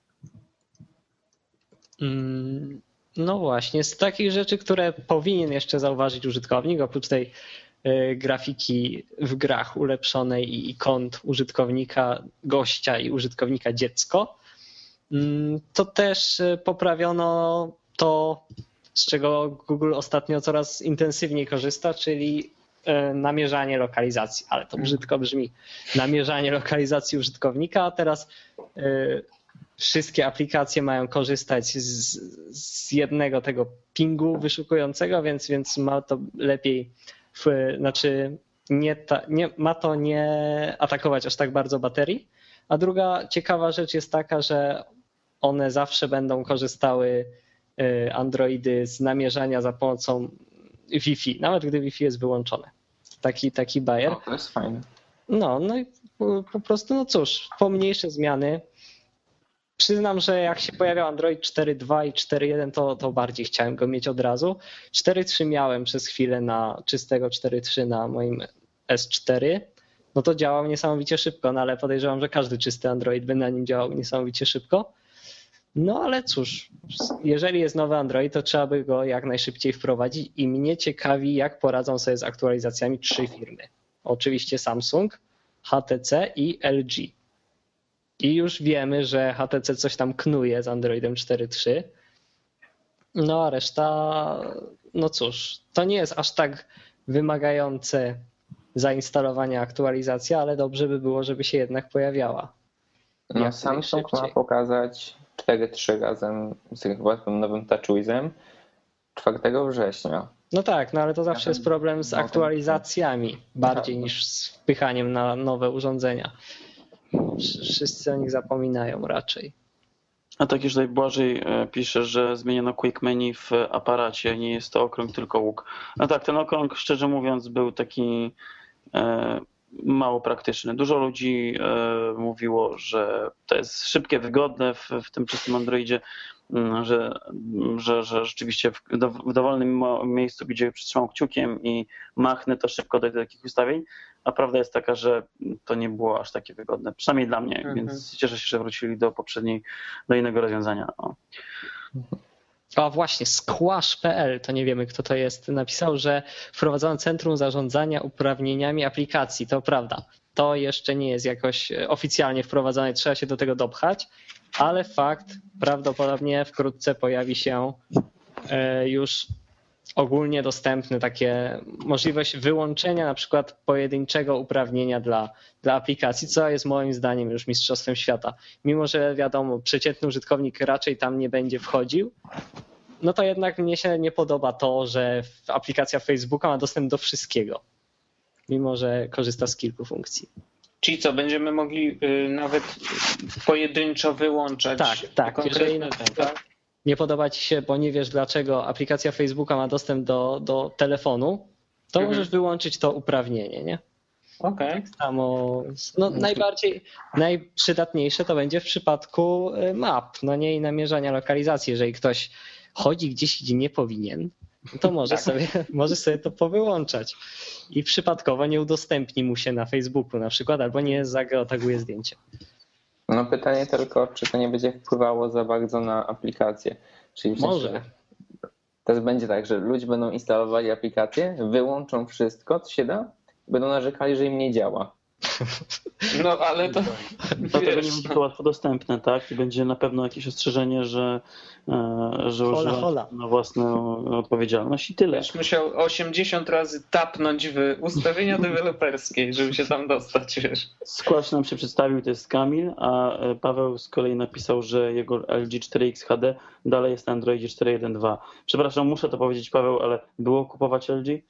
No właśnie, z takich rzeczy, które powinien jeszcze zauważyć użytkownik, oprócz tej grafiki w grach ulepszonej i kont użytkownika gościa i użytkownika dziecko, to też poprawiono to, z czego Google ostatnio coraz intensywniej korzysta, czyli namierzanie lokalizacji, ale to brzydko brzmi, namierzanie lokalizacji użytkownika, a teraz wszystkie aplikacje mają korzystać z, z jednego tego pingu wyszukującego, więc, więc ma to lepiej, w, znaczy nie ta, nie, ma to nie atakować aż tak bardzo baterii, a druga ciekawa rzecz jest taka, że one zawsze będą korzystały Androidy z namierzania za pomocą Wi-Fi, nawet gdy Wi-Fi jest wyłączone. Taki, taki bajer. O, to jest fajne. No, no i po, po prostu, no cóż, pomniejsze zmiany. Przyznam, że jak się pojawiał Android cztery dwa i cztery jeden, to, to bardziej chciałem go mieć od razu. cztery trzy miałem przez chwilę na czystego cztery trzy na moim S cztery. No to działał niesamowicie szybko, no ale podejrzewam, że każdy czysty Android by na nim działał niesamowicie szybko. No ale cóż, jeżeli jest nowy Android, to trzeba by go jak najszybciej wprowadzić i mnie ciekawi, jak poradzą sobie z aktualizacjami trzy firmy. Oczywiście Samsung, H T C i L G. I już wiemy, że H T C coś tam knuje z Androidem cztery trzy. No a reszta, no cóż, to nie jest aż tak wymagające zainstalowania aktualizacja, ale dobrze by było, żeby się jednak pojawiała. No, Jak Samsung ma najszybciej. pokazać cztery trzy razem z chyba tym nowym TouchWizem czwartego września. No tak, no ale to zawsze jest problem z No, to- aktualizacjami bardziej Tak. niż z wpychaniem na nowe urządzenia. Wszyscy o nich zapominają raczej. A tak już tutaj Błażej e, pisze, że zmieniono Quick Menu w aparacie, nie jest to okrąg, tylko łuk. No tak, ten okrąg szczerze mówiąc był taki e, mało praktyczny. Dużo ludzi e, mówiło, że to jest szybkie, wygodne w, w tym czystym Androidzie, m, że, że, że rzeczywiście w, do, w dowolnym mo- miejscu, gdzie przytrzymam kciukiem i machnę, to szybko dojdę do takich ustawień, a prawda jest taka, że to nie było aż takie wygodne, przynajmniej dla mnie, Mhm. więc cieszę się, że wrócili do poprzedniej, do innego rozwiązania. O. A właśnie, Squash kropka p l, to nie wiemy kto to jest, napisał, że wprowadzono Centrum Zarządzania Uprawnieniami Aplikacji. To prawda, to jeszcze nie jest jakoś oficjalnie wprowadzone, trzeba się do tego dopchać, ale fakt, prawdopodobnie wkrótce pojawi się e, już ogólnie dostępny takie możliwość wyłączenia na przykład pojedynczego uprawnienia dla, dla aplikacji, co jest moim zdaniem już mistrzostwem świata. Mimo że wiadomo, przeciętny użytkownik raczej tam nie będzie wchodził, no to jednak mnie się nie podoba to, że aplikacja Facebooka ma dostęp do wszystkiego, mimo że korzysta z kilku funkcji. Czyli co, będziemy mogli y, nawet pojedynczo wyłączać Tak, tak. konkretne Jeżeli na te, przykład tak? nie podoba ci się, bo nie wiesz dlaczego aplikacja Facebooka ma dostęp do, do telefonu, to Mhm. możesz wyłączyć to uprawnienie, nie? Okej. Samo, no najbardziej, najprzydatniejsze to będzie w przypadku map, no nie i namierzania lokalizacji. Jeżeli ktoś chodzi gdzieś, gdzie nie powinien, to może sobie, może sobie to powyłączać i przypadkowo nie udostępni mu się na Facebooku na przykład, albo nie zageotaguje zdjęcie. No pytanie tylko, czy to nie będzie wpływało za bardzo na aplikację. Czyli w sensie, Może. to będzie tak, że ludzie będą instalowali aplikację, wyłączą wszystko, co się da, i będą narzekali, że im nie działa. No ale to Dlatego nie wiesz, będzie to łatwo dostępne, tak? I będzie na pewno jakieś ostrzeżenie, że, e, że Hola, używa hola. na własną odpowiedzialność i tyle. Będziesz musiał osiemdziesiąt razy tapnąć w ustawienia deweloperskie, żeby się tam dostać, wiesz. Squash nam się przedstawił, to jest Kamil, a Paweł z kolei napisał, że jego L G cztery X H D dalej jest na Androidzie cztery jeden dwa. Przepraszam, muszę to powiedzieć, Paweł, ale było kupować L G?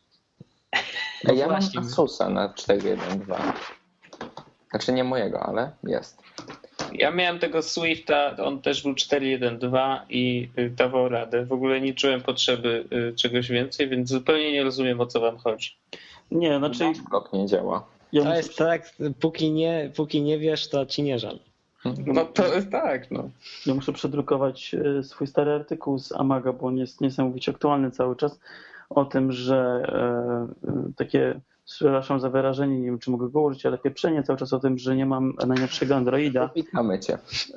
No ja właśnie. mam Asusa na cztery jeden dwa. Znaczy nie mojego, ale jest. Ja miałem tego Swifta, on też był cztery jeden dwa i y, dawał radę. W ogóle nie czułem potrzeby y, czegoś więcej, więc zupełnie nie rozumiem, o co wam chodzi. Nie, znaczy Blok nie działa. ja To muszę, jest tak, póki nie, póki nie wiesz, to ci nie żal. No to jest tak, no. ja muszę przedrukować e, swój stary artykuł z Amaga, bo on jest niesamowicie aktualny cały czas, o tym, że e, takie, przepraszam za wyrażenie, nie wiem czy mogę go użyć, ale pieprzenie cały czas o tym, że nie mam najnowszego Androida. Witamy cię.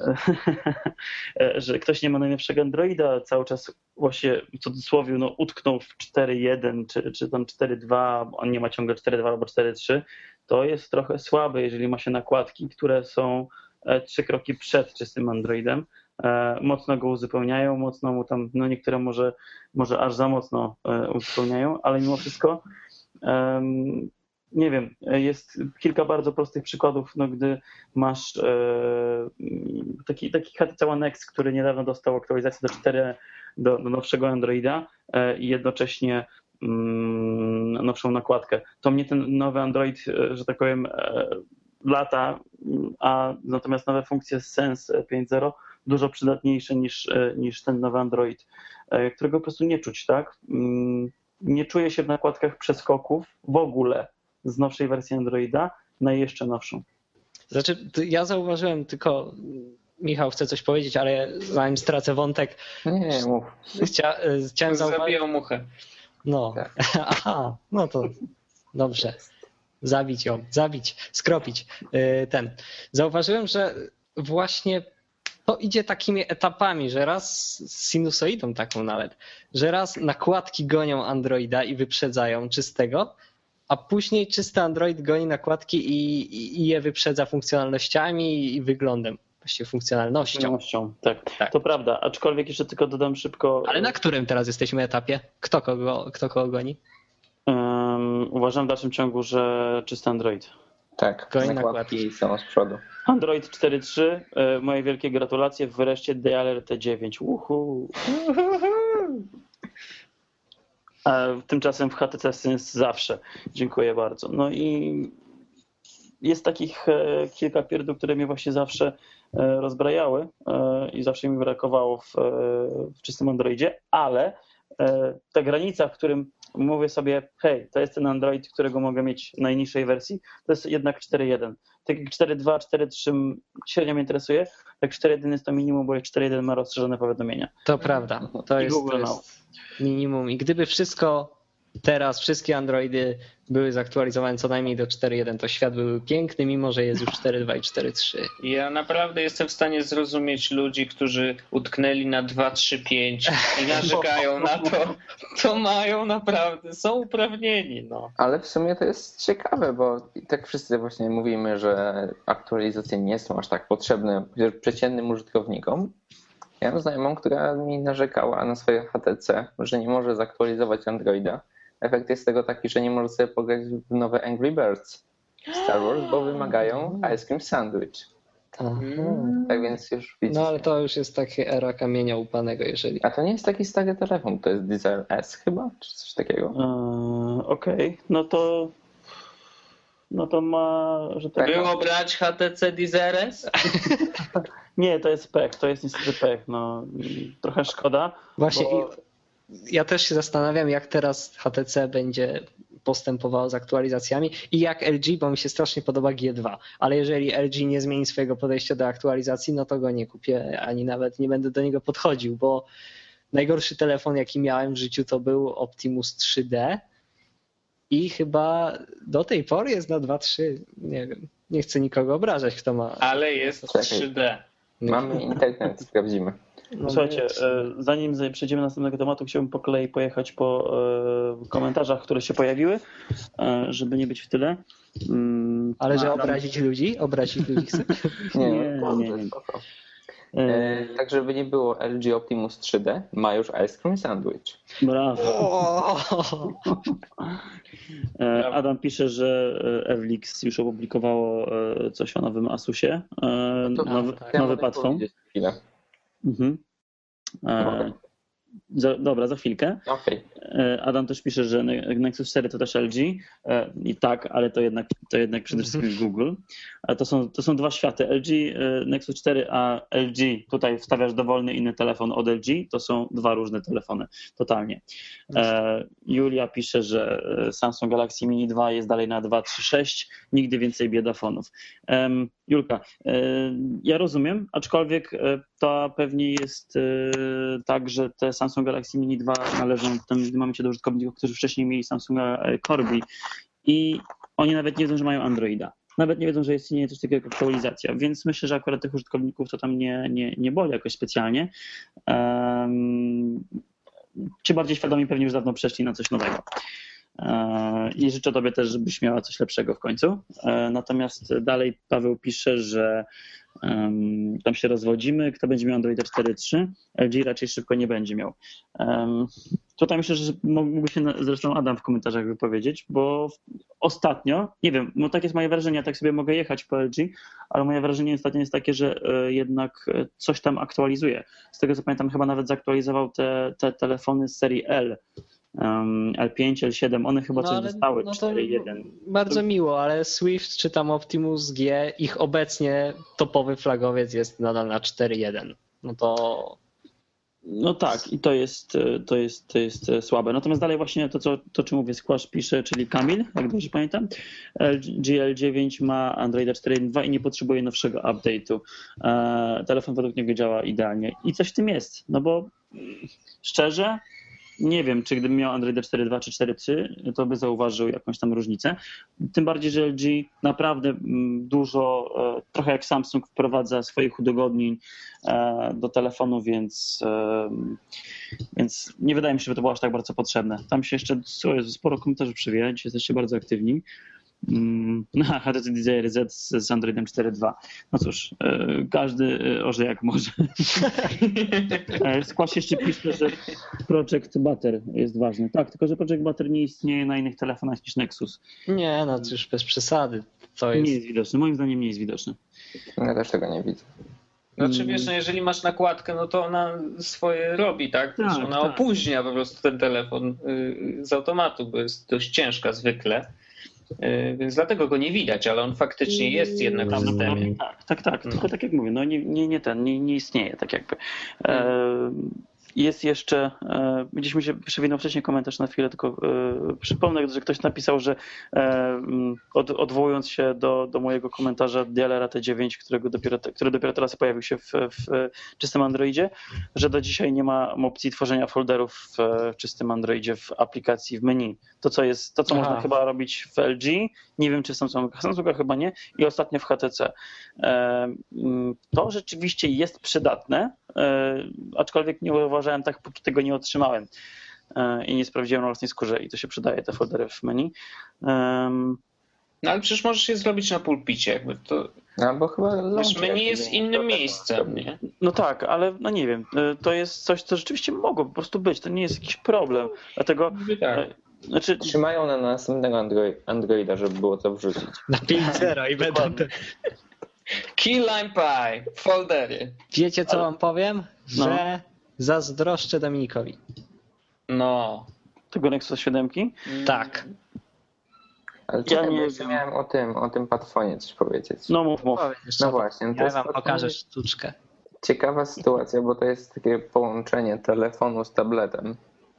że ktoś nie ma najnowszego Androida, cały czas właśnie w cudzysłowie no, utknął w cztery jeden czy, czy tam cztery dwa, on nie ma ciągle cztery dwa albo cztery trzy, to jest trochę słabe, jeżeli ma się nakładki, które są trzy kroki przed czystym Androidem. Mocno go uzupełniają, mocno mu tam, no niektóre może, może aż za mocno uzupełniają, ale mimo wszystko um, nie wiem, jest kilka bardzo prostych przykładów, no, gdy masz e, taki, taki H T C One X, który niedawno dostał aktualizację do cztery, do, do nowszego Androida e, i jednocześnie mm, nowszą nakładkę. To mnie ten nowy Android, e, że tak powiem, e, lata, a natomiast nowe funkcje z Sense pięć zero dużo przydatniejsze niż, e, niż ten nowy Android, e, którego po prostu nie czuć, tak? Mm, nie czuję się w nakładkach przeskoków w ogóle z nowszej wersji Androida na jeszcze nowszą. Znaczy, ja zauważyłem tylko Michał chce coś powiedzieć, ale zanim stracę wątek, Nie, nie, mów. chcia, chciałem zauważyć... Zabijał muchę. No, Tak. aha, no to dobrze. Zabić ją, zabić, skropić. Ten. Zauważyłem, że właśnie to idzie takimi etapami, że raz z sinusoidą taką nawet, że raz nakładki gonią Androida i wyprzedzają czystego, a później czysty Android goni nakładki i, i, i je wyprzedza funkcjonalnościami i wyglądem, właściwie funkcjonalnością. Funkcjonalnością, tak. Tak. To prawda, aczkolwiek jeszcze tylko dodam szybko. Ale na którym teraz jesteśmy etapie? Kto kogo, kto kogo goni? Um, uważam w dalszym ciągu, że czysty Android. Tak, Goni nakładki nakładki. są z przodu. Android cztery trzy, e, moje wielkie gratulacje, wreszcie Dialer T dziewięć. Uhu. A tymczasem w H T C Sense zawsze. Dziękuję bardzo. No i jest takich e, kilka pierdół, które mnie właśnie zawsze e, rozbrajały e, i zawsze mi brakowało w, e, w czystym Androidzie, ale e, ta granica, w którym mówię sobie, hej, to jest ten Android, którego mogę mieć w najniższej wersji, to jest jednak cztery jeden. Tak jak cztery dwa, cztery trzy średnio mnie interesuje, tak cztery jeden jest to minimum, bo cztery jeden ma rozszerzone powiadomienia. To prawda, to I jest, Google to Now. jest minimum. I gdyby wszystko teraz, wszystkie Androidy były zaktualizowane co najmniej do cztery jeden, to świat byłby piękny, mimo że jest już cztery dwa i cztery trzy. Ja naprawdę jestem w stanie zrozumieć ludzi, którzy utknęli na dwa trzy pięć i narzekają na to. To mają naprawdę, są uprawnieni. No. Ale w sumie to jest ciekawe, bo i tak wszyscy właśnie mówimy, że aktualizacje nie są aż tak potrzebne przeciętnym użytkownikom. Ja mam znajomą, która mi narzekała na swoje H T C, że nie może zaktualizować Androida. Efekt jest tego taki, że nie może sobie pograć w nowe Angry Birds Star Wars, bo wymagają Ice Cream Sandwich. Mhm. Tak więc już widzicie. No ale to już jest takie era kamienia upanego, jeżeli... A to nie jest taki stary telefon, to jest Desire S chyba, czy coś takiego? Eee, Okej, okay. no to no to ma, że tak... Było brać H T C Desire S? Nie, to jest pech, to jest niestety pech, no trochę szkoda. Właśnie bo... ja też się zastanawiam, jak teraz H T C będzie postępowało z aktualizacjami i jak L G, bo mi się strasznie podoba G dwa, ale jeżeli L G nie zmieni swojego podejścia do aktualizacji, no to go nie kupię, ani nawet nie będę do niego podchodził, bo najgorszy telefon, jaki miałem w życiu, to był Optimus trzy D i chyba do tej pory jest na dwa trzy, nie wiem, nie chcę nikogo obrażać, kto ma... Ale jest trzy D. Mamy internet, sprawdzimy. No, Słuchajcie, nie, zanim przejdziemy do następnego tematu, chciałbym po kolei pojechać po komentarzach, które się pojawiły, żeby nie być w tyle. ale że obrazić ludzi? Obrazić ludzi chcę? Nie, Nie, no, nie, nie. spoko. E, tak, żeby nie było, L G Optimus trzy D ma już Ice Cream Sandwich. Brawo. Adam pisze, że Ewlix już opublikowało coś o nowym Asusie. No to, nowy tak, nowy ja platform. Chwilę. Mhm. E, za, dobra, za chwilkę. Okay. Adam też pisze, że Nexus cztery to też L G i tak, ale to jednak, to jednak przede wszystkim Google. A to są, to są dwa światy. L G, Nexus cztery, a L G, tutaj wstawiasz dowolny inny telefon od L G, to są dwa różne telefony, totalnie. Julia pisze, że Samsung Galaxy Mini dwa jest dalej na dwa trzy sześć, nigdy więcej biedafonów. Julka, ja rozumiem, aczkolwiek to pewnie jest tak, że te Samsung Galaxy Mini dwa należą w tym momencie do użytkowników, którzy wcześniej mieli Samsunga Corby i oni nawet nie wiedzą, że mają Androida. Nawet nie wiedzą, że istnieje coś takiego jak aktualizacja, więc myślę, że akurat tych użytkowników to tam nie, nie, nie boli jakoś specjalnie. Um, czy bardziej świadomi pewnie już dawno przeszli na coś nowego. I życzę Tobie też, żebyś miała coś lepszego w końcu. Natomiast dalej Paweł pisze, że um, tam się rozwodzimy, kto będzie miał Androida cztery trzy, L G raczej szybko nie będzie miał. Um, tutaj myślę, że mógłby się zresztą Adam w komentarzach wypowiedzieć, bo ostatnio, nie wiem, no tak jest moje wrażenie, ja tak sobie mogę jechać po L G, ale moje wrażenie ostatnio jest takie, że jednak coś tam aktualizuje. Z tego co pamiętam, chyba nawet zaktualizował te, te telefony z serii L. L pięć, L siedem, one chyba no, coś ale, dostały, no cztery jeden. Bardzo miło, ale Swift czy tam Optimus G, ich obecnie topowy flagowiec jest nadal na cztery jeden. No to No tak, i to jest, to jest, to jest słabe. Natomiast dalej właśnie to, co, to czym mówię, Squash pisze, czyli Kamil, jak dobrze pamiętam, G L dziewięć ma Androida cztery jeden dwa i nie potrzebuje nowszego update'u. Telefon według niego działa idealnie. I coś w tym jest, no bo szczerze, nie wiem, czy gdybym miał Androida cztery dwa czy cztery trzy, to by zauważył jakąś tam różnicę. Tym bardziej, że L G naprawdę dużo, trochę jak Samsung, wprowadza swoich udogodnień do telefonu, więc, więc nie wydaje mi się, że to było aż tak bardzo potrzebne. Tam się jeszcze sporo komentarzy przewija, dzisiaj jesteście bardzo aktywni. No, H T C Desire Z z Androidem cztery dwa. No cóż, każdy orze jak może. Squash jeszcze pisze, że Project Butter jest ważny. Tak, tylko że Project Butter nie istnieje na innych telefonach niż Nexus. Nie, no to już bez przesady. To jest... Nie jest widoczny, moim zdaniem nie jest widoczny. Ja też tego nie widzę. Znaczy wiesz, no jeżeli masz nakładkę, no to ona swoje robi, tak? Tak, ona tak. opóźnia po prostu ten telefon z automatu, bo jest dość ciężka zwykle. Więc dlatego go nie widać, ale on faktycznie jest jednak w systemie. Tak, tak, tak. Tylko tak jak mówię, no nie, nie, nie ten, nie, nie istnieje tak jakby. E, jest jeszcze, e, gdzieś mi się przewinął wcześniej komentarz na chwilę, tylko e, przypomnę, że ktoś napisał, że e, od, odwołując się do, do mojego komentarza D L R T dziewięć, którego dopiero, który dopiero teraz pojawił się w, w czystym Androidzie, że do dzisiaj nie ma opcji tworzenia folderów w czystym Androidzie w aplikacji w menu. To, co jest, to, co Aha. można chyba robić w L G, nie wiem, czy w Samsunga, Samsunga chyba nie, i ostatnio w H T C. To rzeczywiście jest przydatne, aczkolwiek nie uważałem tak, póki tego nie otrzymałem i nie sprawdziłem na własnej skórze i to się przydaje, te foldery w menu. No ale przecież możesz je zrobić na pulpicie, jakby to... Albo chyba Wiesz, launcher menu jakiś, jest to innym też miejscem, może nie? No tak, ale no nie wiem, to jest coś, co rzeczywiście mogło po prostu być, to nie jest jakiś problem, dlatego... Niby tak. Znaczy, Trzymają na następnego Androi- Androida, żeby było to wrzucić. Na pięć zero i będą te... Key Lime Pie, foldery. Wiecie, co wam powiem? No. Że zazdroszczę Dominikowi. No. tego Nexusa siedem. Tak. Ale Ja czekaj, nie bo jeszcze wiem. miałem o tym, o tym Patfonie coś powiedzieć. No mów, mów. Powiem jeszcze No o tym. właśnie, to Ja jest wam Patfone pokażę sztuczkę. ciekawa sytuacja, bo to jest takie połączenie telefonu z tabletem.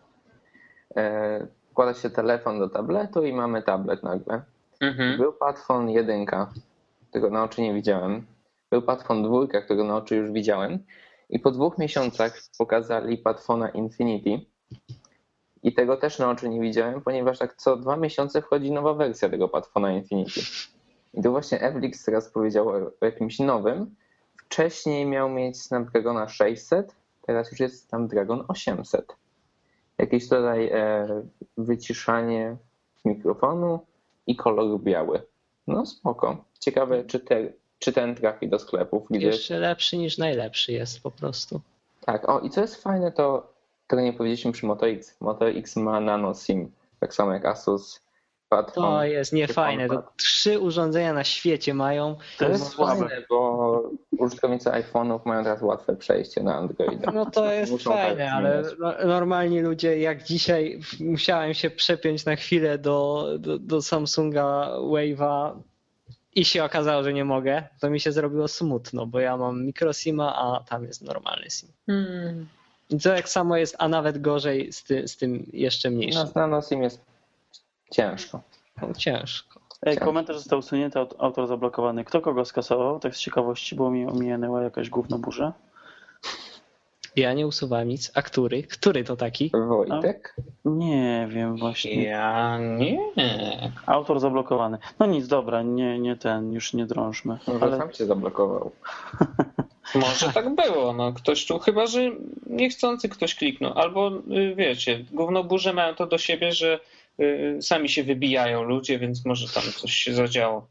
E, Wkłada się telefon do tabletu i mamy tablet nagle. Mhm. Był Patfone jeden, którego na oczy nie widziałem. Był Patfone dwa, którego na oczy już widziałem. I po dwóch miesiącach pokazali Patfona Infinity. I tego też na oczy nie widziałem, ponieważ tak co dwa miesiące wchodzi nowa wersja tego Patfona Infinity. I to właśnie Eblix teraz powiedział o jakimś nowym. Wcześniej miał mieć Snapdragona sześćset, teraz już jest Snapdragon osiemset. Jakieś tutaj e, wyciszanie mikrofonu i kolor biały. No spoko. Ciekawe, czy, te, czy ten trafi do sklepów. Gdzie... Jeszcze lepszy niż najlepszy jest po prostu. Tak, o i co jest fajne, to tego nie powiedzieliśmy przy Moto X. Moto X ma nano SIM, tak samo jak Asus. Patfone, To jest niefajne. To Patfone. trzy urządzenia na świecie mają. To jest No słabe. fajne, bo użytkownicy iPhone'ów mają teraz łatwe przejście na Androida. No to jest Muszą tak fajne, ale zmieniać. no- normalni ludzie, jak dzisiaj musiałem się przepiąć na chwilę do, do, do Samsunga Wave'a i się okazało, że nie mogę, to mi się zrobiło smutno, bo ja mam microsima, a tam jest normalny SIM. Hmm. I to tak samo jest, a nawet gorzej z, ty, z tym jeszcze mniejszym. No, z nano SIM jest ciężko. No, ciężko. Ej, komentarz został usunięty, aut- autor zablokowany. Kto kogo skasował? Tak z ciekawości, bo mi ominęła jakaś gówno burza. Ja nie usuwałem nic. A który? Który to taki? Wojtek? Nie wiem właśnie. Ja nie. Autor zablokowany. No nic, dobra, nie, nie ten, już nie drążmy. Może Ale sam się zablokował. Może tak było, no ktoś tu, chyba że niechcący ktoś kliknął, albo y, wiecie, gównoburze mają to do siebie, że y, sami się wybijają ludzie, więc może tam coś się zadziało.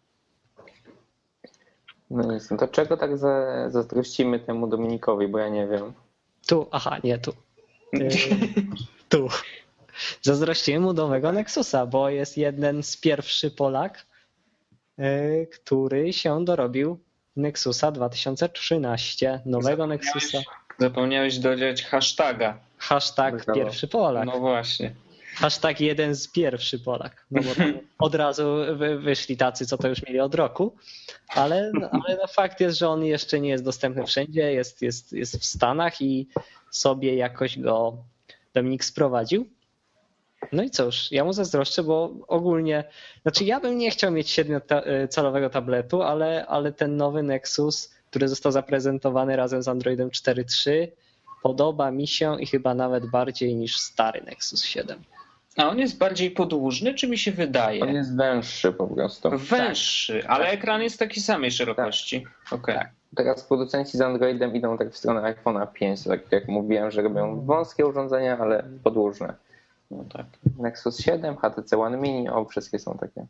No nic, no to czego tak za, zazdrościmy temu Dominikowi, bo ja nie wiem. Tu, aha, nie tu. Y, tu. Zazdrościłem mu nowego Nexusa, bo jest jeden z pierwszy Polak, y, który się dorobił Nexusa dwa tysiące trzynaście, nowego Nexusa. Zapomniałeś dodać hashtaga. Hashtag Brawo. pierwszy Polak. No właśnie. Hashtag jeden z pierwszy Polak. No bo tam od razu wy- wyszli tacy, co to już mieli od roku. Ale, ale no fakt jest, że on jeszcze nie jest dostępny wszędzie. Jest, jest, jest w Stanach i sobie jakoś go Dominik sprowadził. No i cóż, ja mu zazdroszczę, bo ogólnie, znaczy ja bym nie chciał mieć siedmiocalowego tabletu, ale, ale ten nowy Nexus, który został zaprezentowany razem z Androidem cztery trzy, podoba mi się i chyba nawet bardziej niż stary Nexus siedem. A on jest bardziej podłużny, czy mi się wydaje? On jest węższy po prostu. Węższy, tak. Ale ekran jest takiej samej szerokości. Tak. Okay. Tak. Teraz producenci z Androidem idą tak w stronę iPhone'a pięć, tak jak mówiłem, że robią wąskie urządzenia, ale podłużne. No tak. Nexus siedem, H T C One Mini, o, wszystkie są takie.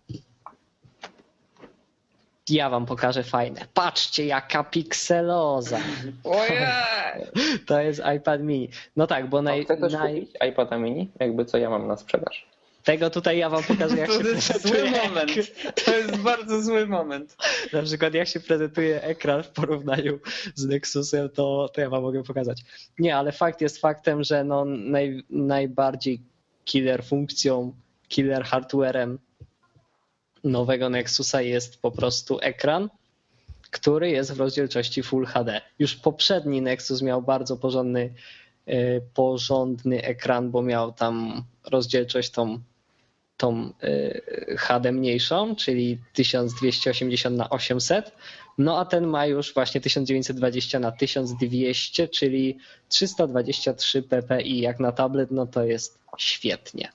Ja wam pokażę fajne. Patrzcie, jaka pikseloza. Ojej! To jest iPad mini. No tak, bo naj... Chcę też naj... kupić iPada mini? Jakby co ja mam na sprzedaż? Tego tutaj ja wam pokażę, jak to się jest prezentuje. zły moment. To jest bardzo zły moment. Na przykład jak się prezentuje ekran w porównaniu z Nexusem, to, to ja wam mogę pokazać. Nie, ale fakt jest faktem, że no naj, najbardziej killer funkcją, killer hardwarem nowego Nexusa jest po prostu ekran, który jest w rozdzielczości Full H D. Już poprzedni Nexus miał bardzo porządny, yy, porządny ekran, bo miał tam rozdzielczość tą, tą yy, H D mniejszą, czyli tysiąc dwieście osiemdziesiąt na osiemset, no a ten ma już właśnie tysiąc dziewięćset dwadzieścia na tysiąc dwieście, czyli trzysta dwadzieścia trzy ppi. Jak na tablet, no to jest świetnie.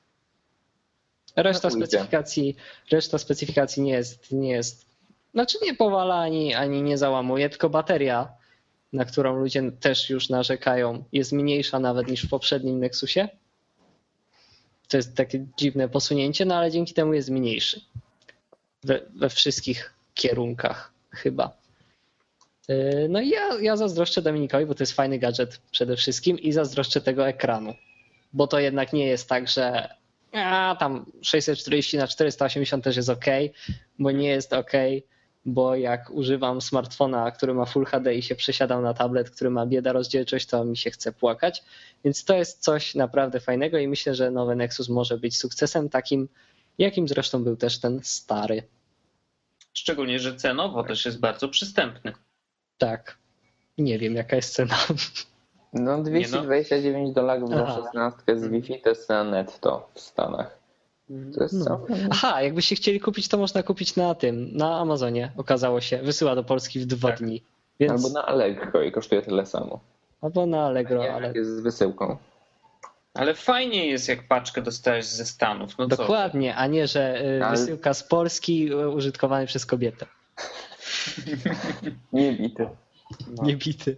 Reszta specyfikacji, reszta specyfikacji nie jest, nie jest, znaczy nie powala ani, ani nie załamuje, tylko bateria, na którą ludzie też już narzekają, jest mniejsza nawet niż w poprzednim Nexusie. To jest takie dziwne posunięcie, no ale dzięki temu jest mniejszy. We, we wszystkich kierunkach chyba. No i ja, ja zazdroszczę Dominikowi, bo to jest fajny gadżet przede wszystkim i zazdroszczę tego ekranu, bo to jednak nie jest tak, że a tam sześćset czterdzieści na czterysta osiemdziesiąt też jest ok, bo nie jest ok, bo jak używam smartfona, który ma Full H D i się przesiadam na tablet, który ma bieda rozdzielczość, to mi się chce płakać. Więc to jest coś naprawdę fajnego i myślę, że nowy Nexus może być sukcesem takim, jakim zresztą był też ten stary. Szczególnie, że cenowo też jest bardzo przystępny. Tak. Nie wiem, jaka jest cena. No dwieście dwadzieścia dziewięć dolarów za szesnastkę z Wi-Fi to jest cena netto w Stanach. To jest no. Aha, jakbyście chcieli kupić, to można kupić na tym, na Amazonie, okazało się. Wysyła do Polski w dwa tak. dni. Więc... Albo na Allegro i kosztuje tyle samo. Albo na Allegro, nie, ale... jest z wysyłką. Ale fajnie jest, jak paczkę dostajesz ze Stanów. No dokładnie, co? A nie, że wysyłka z Polski użytkowany przez kobietę. Nie bity. No. Nie bity.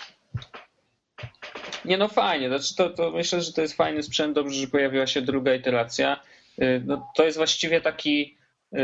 Nie no fajnie, znaczy to, to myślę, że to jest fajny sprzęt, dobrze, że pojawiła się druga iteracja. No, to jest właściwie taki,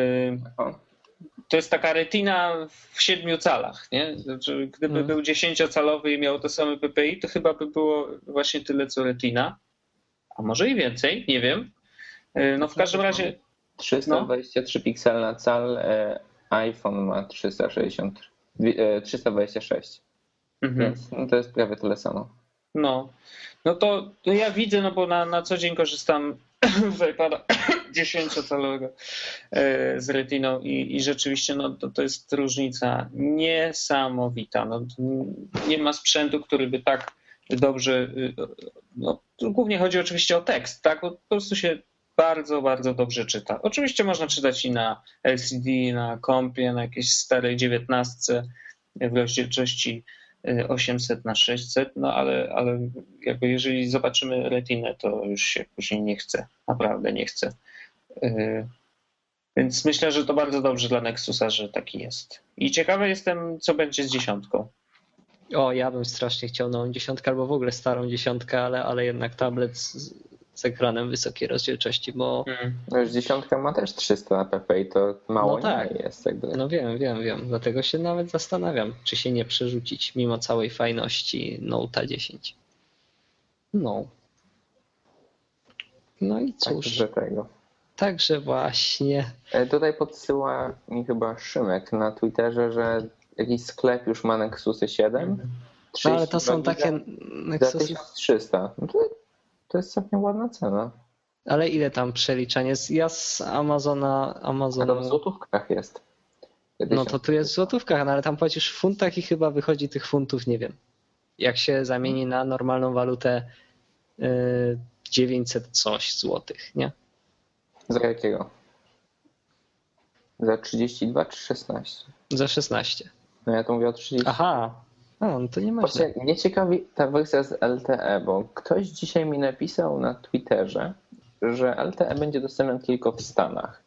to jest taka retina w siedmiu calach, nie? Znaczy, gdyby hmm. był dziesięciocalowy i miał to same ppi, to chyba by było właśnie tyle co retina, a może i więcej, nie wiem. No w każdym razie... trzysta dwadzieścia trzy no. piksele na cal, iPhone ma trzysta sześćdziesiąt, trzysta dwadzieścia sześć, mhm. więc no, to jest prawie tyle samo. No, no to, to ja widzę, no bo na, na co dzień korzystam z iPada dziesięciocalowego z retiną i, i rzeczywiście no, to, to jest różnica niesamowita. No, nie ma sprzętu, który by tak dobrze, no, głównie chodzi oczywiście o tekst, tak? Bo po prostu się bardzo, bardzo dobrze czyta. Oczywiście można czytać i na L C D, na kompie, na jakiejś starej dziewiętnastce w rozdzielczości osiemset na sześćset, no ale, ale jakby jeżeli zobaczymy retinę, to już się później nie chce, naprawdę nie chce. Więc myślę, że to bardzo dobrze dla Nexusa, że taki jest. I ciekawy jestem, co będzie z dziesiątką. O, ja bym strasznie chciał nową dziesiątkę albo w ogóle starą dziesiątkę, ale, ale jednak tablet z, z ekranem wysokiej rozdzielczości, bo... Hmm. No już dziesiątka ma też trzysta ppi, to mało no tak. nie jest. Jakby. No wiem, wiem, wiem. Dlatego się nawet zastanawiam, czy się nie przerzucić mimo całej fajności Note'a dziesięć. No. No i cóż. Także tego. Także właśnie. Tutaj podsyła mi chyba Szymek na Twitterze, że jakiś sklep już ma Nexusy siedem. No, ale to są takie Nexusy... Za tysiąc trzysta. No to, to jest całkiem ładna cena. Ale ile tam przeliczanie? Ja z Amazona... Amazona... A to w złotówkach jest. No to tu jest w złotówkach, no ale tam płacisz w funtach i chyba wychodzi tych funtów, nie wiem. jak się zamieni na normalną walutę dziewięćset coś złotych, nie? Za jakiego? Za trzydzieści dwa czy szesnaście? Za szesnaście. No ja to mówię o trzydzieści. Aha, no to nie ma źle. Właśnie mnie ciekawi ta wersja z L T E, bo ktoś dzisiaj mi napisał na Twitterze, że L T E będzie dostępne tylko w Stanach.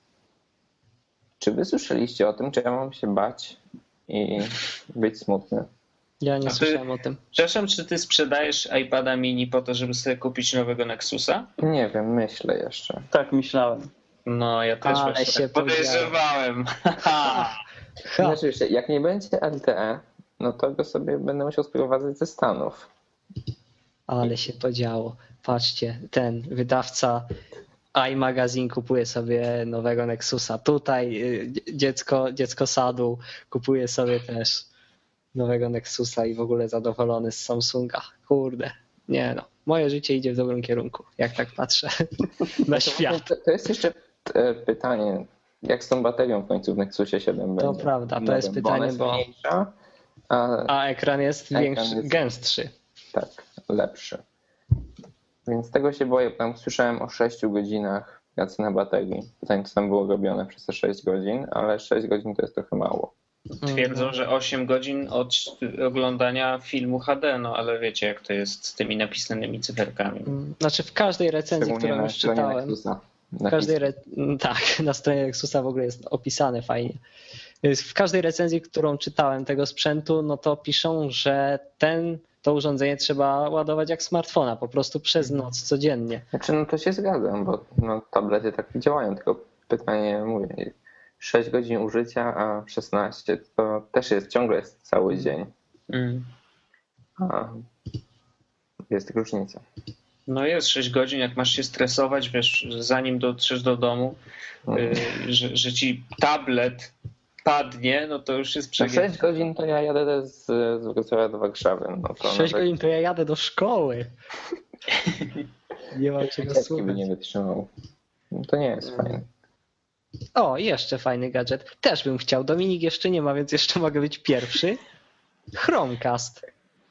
Czy wy słyszeliście o tym? Czy ja mam się bać i być smutny? Ja nie A ty- słyszałem o tym. Przepraszam, czy ty sprzedajesz iPada mini po to, żeby sobie kupić nowego Nexusa? Nie wiem, myślę jeszcze. Tak myślałem. No, ja też Ale właśnie się tak podejrzewałem. Ha. Znaczy jeszcze, jak nie będzie L T E, no to go sobie będę musiał sprowadzać ze Stanów. Ale się podziało. Patrzcie, ten wydawca iMagazine kupuje sobie nowego Nexusa. Tutaj y, dziecko, dziecko sadu kupuje sobie też nowego Nexusa i w ogóle zadowolony z Samsunga. Kurde, nie no. Moje życie idzie w dobrym kierunku, jak tak patrzę na świat. To, to jest jeszcze e, pytanie, jak z tą baterią w końcu w Nexusie siedem To będzie? prawda, to Nie jest wiem, pytanie, ona jest bo- mniejsza, a A ekran jest Ekran większy, jest- gęstszy. tak, lepszy. Więc tego się boję. Tam słyszałem o sześciu godzinach pracy na baterii. Pytanie, co tam było robione przez te sześć godzin, ale sześć godzin to jest trochę mało. Twierdzą, że osiem godzin od oglądania filmu H D, no ale wiecie jak to jest z tymi napisanymi cyferkami. Znaczy w każdej recenzji, Szczególnie którą na już stronie czytałem, Nexusa. w każdej re... tak, na stronie Nexusa w ogóle jest opisane fajnie. W każdej recenzji, którą czytałem tego sprzętu, no to piszą, że ten, to urządzenie trzeba ładować jak smartfona, po prostu przez noc, codziennie. Znaczy, no to się zgadzam, bo no, tablety tak działają, tylko pytanie, mówię, sześć godzin użycia, a szesnaście to też jest, ciągle jest cały dzień. Mm. A jest różnica. No jest sześć godzin, jak masz się stresować, wiesz, zanim dotrzesz do domu, Mhm. y, że, że ci tablet padnie, no to już jest Na przegięcie. sześć godzin to ja jadę z, z Wrocławia do Warszawy. No to sześć nawet godzin to ja jadę do szkoły. Nie mam czego dziecki by słuchać. nie wytrzymał. No to nie jest fajne. O, jeszcze fajny gadżet. Też bym chciał. Dominik jeszcze nie ma, więc jeszcze mogę być pierwszy. Chromecast.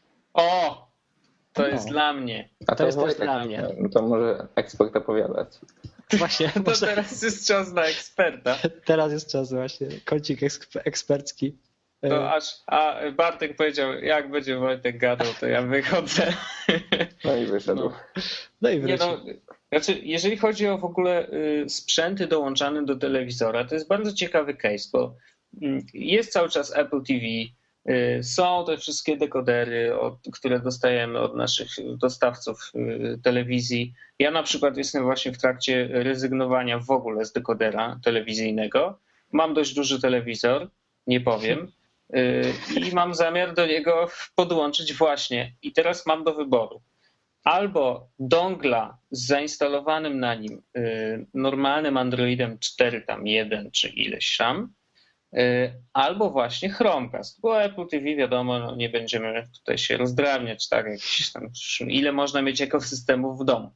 O! To jest No. dla mnie. A To jest też Wojtek, dla mnie. No to może ekspert opowiadać. Właśnie, To może teraz jest czas na eksperta. teraz jest czas właśnie. Kącik eksp- ekspercki. To aż, a Bartek powiedział, jak będzie Wojtek gadał, to ja wychodzę. No i wyszedł. No i Nie wreszcie. no, znaczy, jeżeli chodzi o w ogóle y, sprzęty dołączane do telewizora, to jest bardzo ciekawy case, bo mm, jest cały czas Apple T V, y, są te wszystkie dekodery, od, które dostajemy od naszych dostawców y, telewizji. Ja na przykład jestem właśnie w trakcie rezygnowania w ogóle z dekodera telewizyjnego. Mam dość duży telewizor, nie powiem, y, i mam zamiar do niego podłączyć właśnie. I teraz mam do wyboru. Albo dongla z zainstalowanym na nim y, normalnym Androidem cztery, tam jeden czy ileś tam, y, albo właśnie Chromecast, bo Apple T V wiadomo, no nie będziemy tutaj się rozdrabniać, tak, jakieś tam, ile można mieć ekosystemów w domu.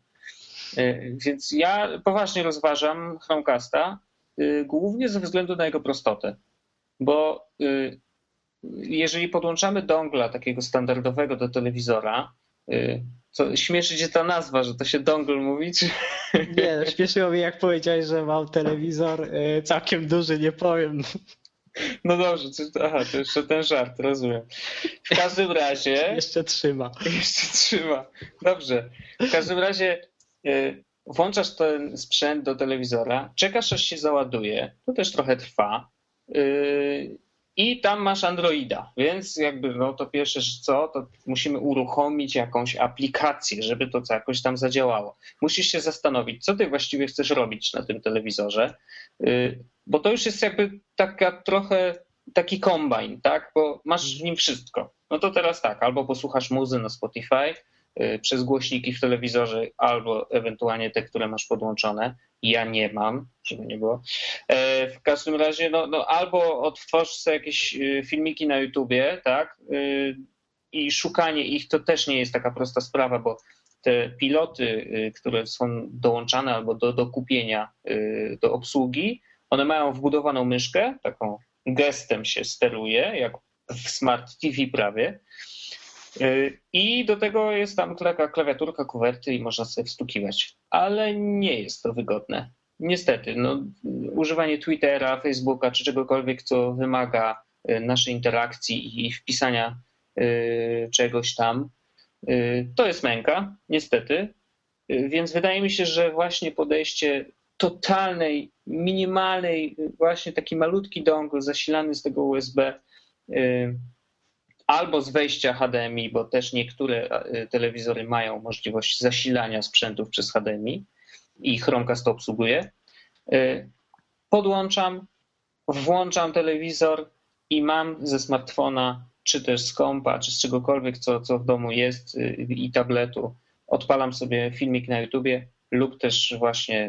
Y, więc ja poważnie rozważam Chromecasta, y, głównie ze względu na jego prostotę, bo y, jeżeli podłączamy dongla takiego standardowego do telewizora, y, co, śmieszy cię ta nazwa, że to się dongle mówi? Czy... Nie, no, śpieszyło mnie jak powiedziałeś, że mam telewizor y, całkiem duży, nie powiem. No dobrze, to, aha, to jeszcze ten żart, rozumiem. W każdym razie... Jeszcze trzyma. Jeszcze trzyma. Dobrze. W każdym razie y, włączasz ten sprzęt do telewizora, czekasz aż się załaduje, to też trochę trwa, y, i tam masz Androida, więc jakby no to pierwsze co, to musimy uruchomić jakąś aplikację, żeby to jakoś tam zadziałało. Musisz się zastanowić, co ty właściwie chcesz robić na tym telewizorze, bo to już jest jakby taka trochę taki kombajn, tak? Bo masz w nim wszystko. No to teraz tak, albo posłuchasz muzy na Spotify przez głośniki w telewizorze, albo ewentualnie te, które masz podłączone. Ja nie mam, żeby nie było. W każdym razie, no, no albo odtworz sobie jakieś filmiki na YouTubie, tak? I szukanie ich to też nie jest taka prosta sprawa, bo te piloty, które są dołączane albo do, do kupienia, do obsługi, one mają wbudowaną myszkę, taką gestem się steruje, jak w Smart T V prawie. I do tego jest tam taka klawiaturka, kuwerty i można sobie wstukiwać. Ale nie jest to wygodne. Niestety, no, używanie Twittera, Facebooka czy czegokolwiek, co wymaga naszej interakcji i wpisania czegoś tam, to jest męka, niestety. Więc wydaje mi się, że właśnie podejście totalnej, minimalnej, właśnie taki malutki dongle zasilany z tego U S B albo z wejścia H D M I, bo też niektóre telewizory mają możliwość zasilania sprzętów przez H D M I i Chromecast to obsługuje. Podłączam, włączam telewizor i mam ze smartfona, czy też z kompa, czy z czegokolwiek, co, co w domu jest i tabletu, odpalam sobie filmik na YouTubie lub też właśnie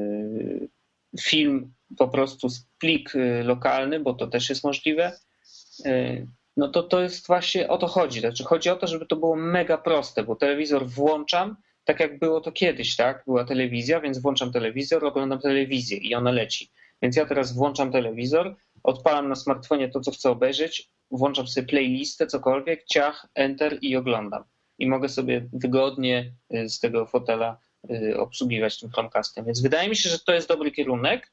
film, po prostu plik lokalny, bo to też jest możliwe. No to to jest właśnie, o to chodzi. Znaczy chodzi o to, żeby to było mega proste, bo telewizor włączam, tak jak było to kiedyś, tak? Była telewizja, więc włączam telewizor, oglądam telewizję i ona leci. Więc ja teraz włączam telewizor, odpalam na smartfonie to, co chcę obejrzeć, włączam sobie playlistę, cokolwiek, ciach, enter i oglądam. I mogę sobie wygodnie z tego fotela obsługiwać tym Chromecastem. Więc wydaje mi się, że to jest dobry kierunek.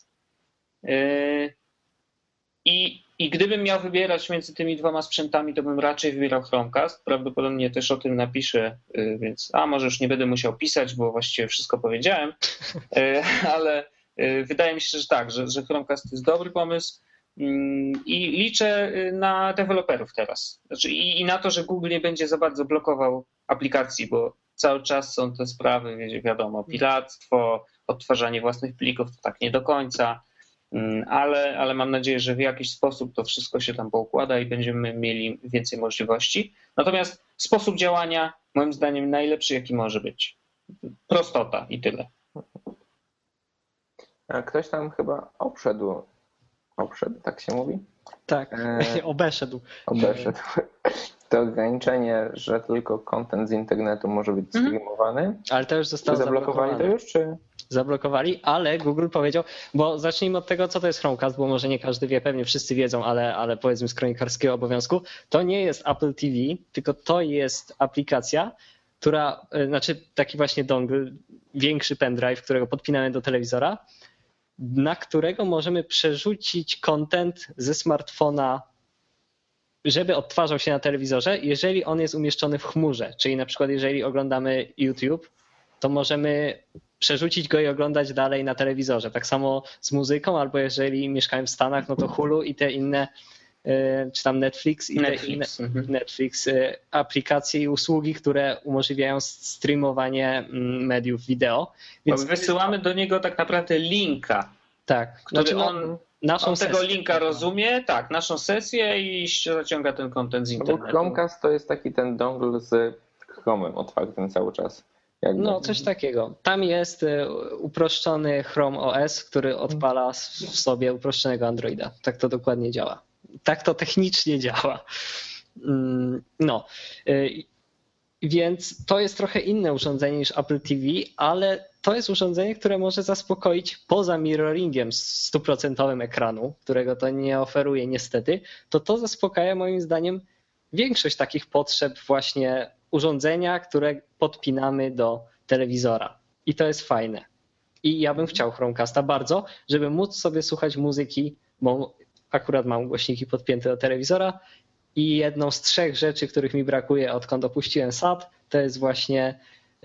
I, I gdybym miał wybierać między tymi dwoma sprzętami, to bym raczej wybierał Chromecast. Prawdopodobnie też o tym napiszę, więc a może już nie będę musiał pisać, bo właściwie wszystko powiedziałem, ale wydaje mi się, że tak, że, że Chromecast jest dobry pomysł i liczę na deweloperów teraz. Znaczy i, i na to, że Google nie będzie za bardzo blokował aplikacji, bo cały czas są te sprawy, wiadomo, piractwo, odtwarzanie własnych plików, to tak nie do końca. Ale, ale mam nadzieję, że w jakiś sposób to wszystko się tam poukłada i będziemy mieli więcej możliwości. Natomiast sposób działania moim zdaniem najlepszy, jaki może być. Prostota i tyle. A ktoś tam chyba obszedł. Obszedł, tak się mówi? Tak, e... obeszedł. Obeszedł. To ograniczenie, że tylko content z internetu może być streamowany. Mhm. Ale to już zostało zablokowali. To już, czy? Zablokowali, ale Google powiedział, bo zacznijmy od tego, co to jest Chromecast, bo może nie każdy wie, pewnie wszyscy wiedzą, ale, ale powiedzmy z kronikarskiego obowiązku. To nie jest Apple T V, tylko to jest aplikacja, która, znaczy taki właśnie dongle, większy pendrive, którego podpinamy do telewizora, na którego możemy przerzucić content ze smartfona, żeby odtwarzał się na telewizorze, jeżeli on jest umieszczony w chmurze. Czyli na przykład jeżeli oglądamy YouTube, to możemy przerzucić go i oglądać dalej na telewizorze. Tak samo z muzyką, albo jeżeli mieszkałem w Stanach, no to Hulu i te inne, czy tam Netflix i Netflix. te inne Netflix, aplikacje i usługi, które umożliwiają streamowanie mediów wideo. Więc wysyłamy do niego tak naprawdę linka. Tak. Który znaczy, on, naszą on tego sesję. linka rozumie, tak, naszą sesję i zaciąga ten content z internetu. Bo Chromecast to jest taki ten dongle z Chromem otwartym cały czas. Jakby. No, coś takiego. Tam jest uproszczony Chrome O S, który odpala w sobie uproszczonego Androida. Tak to dokładnie działa. Tak to technicznie działa. No, więc to jest trochę inne urządzenie niż Apple T V, ale to jest urządzenie, które może zaspokoić poza mirroringiem stuprocentowym ekranu, którego to nie oferuje niestety, to to zaspokaja moim zdaniem większość takich potrzeb właśnie urządzenia, które podpinamy do telewizora. I to jest fajne. I ja bym chciał Chromecasta bardzo, żeby móc sobie słuchać muzyki, bo akurat mam głośniki podpięte do telewizora i jedną z trzech rzeczy, których mi brakuje, odkąd opuściłem S A T, to jest właśnie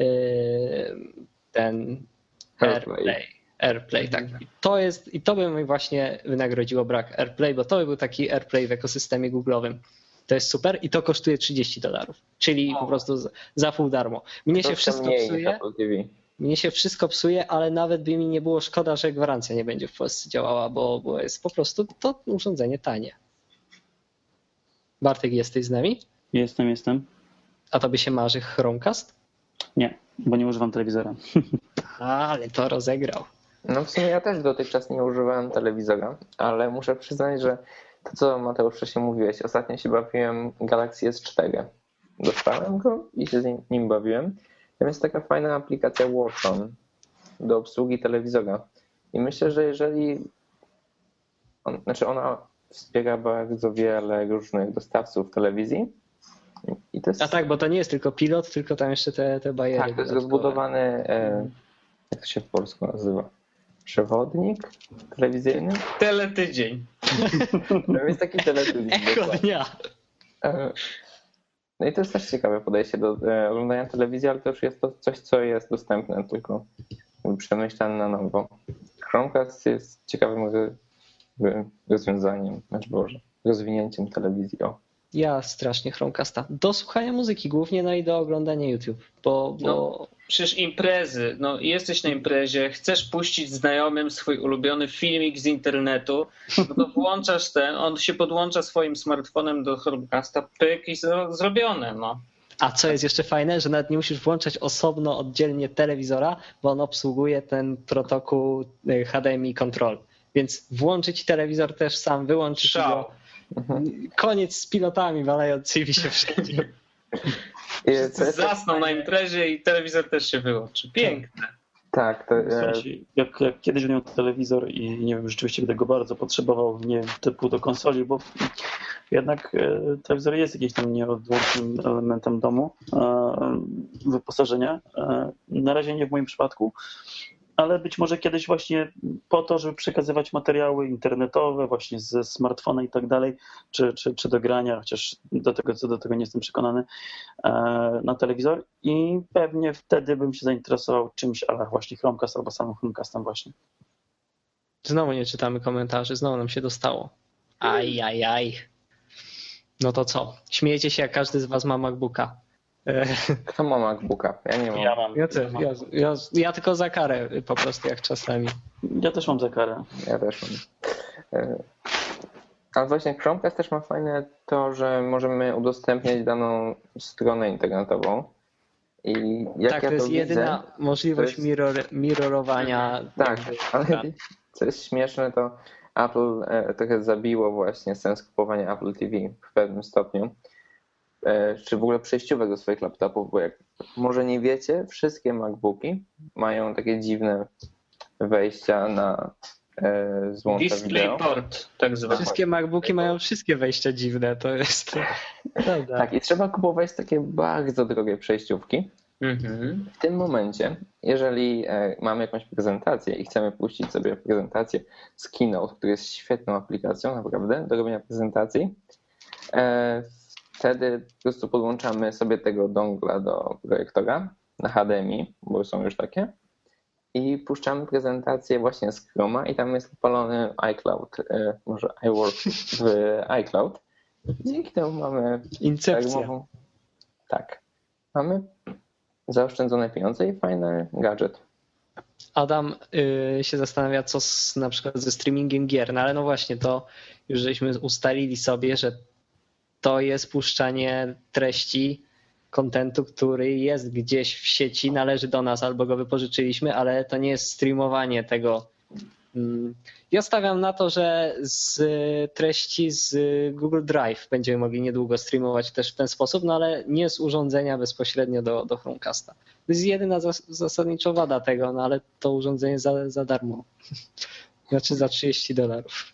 ten AirPlay. AirPlay, tak. I to jest, i to by mi właśnie wynagrodziło brak AirPlay, bo to by był taki AirPlay w ekosystemie Google'owym. To jest super i to kosztuje trzydzieści dolarów, czyli o. po prostu za, za pół darmo. Mnie to się wszystko psuje. Mnie się wszystko psuje, ale nawet by mi nie było szkoda, że gwarancja nie będzie w Polsce działała, bo, bo jest po prostu to urządzenie tanie. Bartek, jesteś z nami? Jestem, jestem. A tobie się marzy Chromecast? Nie, bo nie używam telewizora. A, ale to rozegrał. No w sumie ja też dotychczas nie używałem telewizora, ale muszę przyznać, że to, co Mateusz wcześniej mówiłeś, ostatnio się bawiłem Galaxy S cztery. Dostałem go i się z nim, nim bawiłem. Tam jest taka fajna aplikacja Watch On do obsługi telewizora. I myślę, że jeżeli on, znaczy ona wspiera bardzo wiele różnych dostawców telewizji I to jest, A tak, bo to nie jest tylko pilot, tylko tam jeszcze te, te bariery. tak, to jest dodatkowe. rozbudowany, e, jak to się w polsku nazywa? Przewodnik telewizyjny? Teletydzień. To jest taki teletydzień. Echo dokładnie. dnia. E, No i to jest też ciekawe podejście do e, oglądania telewizji, ale to już jest to coś, co jest dostępne, tylko przemyślane na nowo. Chromecast jest ciekawym ro- ro- rozwiązaniem, znaczy Boże, rozwinięciem telewizji. O. Ja strasznie Chromecasta. Do słuchania muzyki głównie, no i do oglądania YouTube, bo... bo... No. Przecież imprezy, no jesteś na imprezie, chcesz puścić znajomym swój ulubiony filmik z internetu, no to włączasz ten, on się podłącza swoim smartfonem do Chromecasta, pyk i zro- zrobione, no. A co jest jeszcze fajne, że nawet nie musisz włączać osobno, oddzielnie telewizora, bo on obsługuje ten protokół H D M I Control. Więc włączyć telewizor też sam, wyłączyć Szał. go. Koniec z pilotami walającymi się wszędzie. I co jest, Zasnął na imprezie i telewizor też się wyłączy. Piękne. tak, to, e, Słuchajcie, jak, jak kiedyś będę miał telewizor i nie wiem, rzeczywiście będę go bardzo potrzebował, nie wiem, typu do konsoli, bo jednak e, telewizor jest jakimś tam nieodłącznym elementem domu, e, wyposażenia. E, na razie nie w moim przypadku, ale być może kiedyś właśnie po to, żeby przekazywać materiały internetowe właśnie ze smartfona i tak dalej, czy, czy, czy do grania, chociaż do tego, co do tego nie jestem przekonany, e, na telewizor i pewnie wtedy bym się zainteresował czymś, ale właśnie Chromecast albo samym Chromecastem właśnie. Znowu nie czytamy komentarzy, znowu nam się dostało. Aj, aj, aj. No to co? Śmiejecie się, jak każdy z was ma MacBooka. E, kto ma MacBooka? Ja nie mam. Ja mam. Ja, też, ja, ja, ja tylko za karę po prostu, jak czasami. Ja też mam za karę. Ja też mam. E, Ale właśnie Chromecast też ma fajne to, że możemy udostępniać daną stronę internetową. I jak tak, ja to jest widzę, jedyna możliwość to jest- mirror, mirrorowania. Tak, jakby ale ekran. co jest śmieszne, to Apple e, trochę zabiło właśnie sens kupowania Apple T V w pewnym stopniu. E, Czy w ogóle przejściówek do swoich laptopów, bo jak może nie wiecie, wszystkie MacBooki mają takie dziwne wejścia na e, złącza wideo. DisplayPort tak zwany. Wszystkie MacBooki mają wszystkie wejścia dziwne, to jest prawda. Tak, i trzeba kupować takie bardzo drogie przejściówki. Mhm. W tym momencie, jeżeli e, mamy jakąś prezentację i chcemy puścić sobie prezentację z Keynote, który jest świetną aplikacją naprawdę do robienia prezentacji, e, wtedy po prostu podłączamy sobie tego dongla do projektora na H D M I, bo są już takie, i puszczamy prezentację właśnie z Chroma i tam jest odpalony iCloud, e, może iWork w iCloud. Dzięki temu mamy Incepcja. darmową- Tak, mamy zaoszczędzone pieniądze i fajny gadżet. Adam y, się zastanawia, co z, na przykład ze streamingiem gier, no ale no właśnie to już żeśmy ustalili sobie, że to jest puszczanie treści, kontentu, który jest gdzieś w sieci, należy do nas albo go wypożyczyliśmy, ale to nie jest streamowanie tego. Mm. Ja stawiam na to, że z treści z Google Drive będziemy mogli niedługo streamować też w ten sposób, no ale nie z urządzenia bezpośrednio do, do Chromecasta. To jest jedyna zas- zasadniczo wada tego, no ale to urządzenie za, za darmo. Znaczy za trzydzieści dolarów.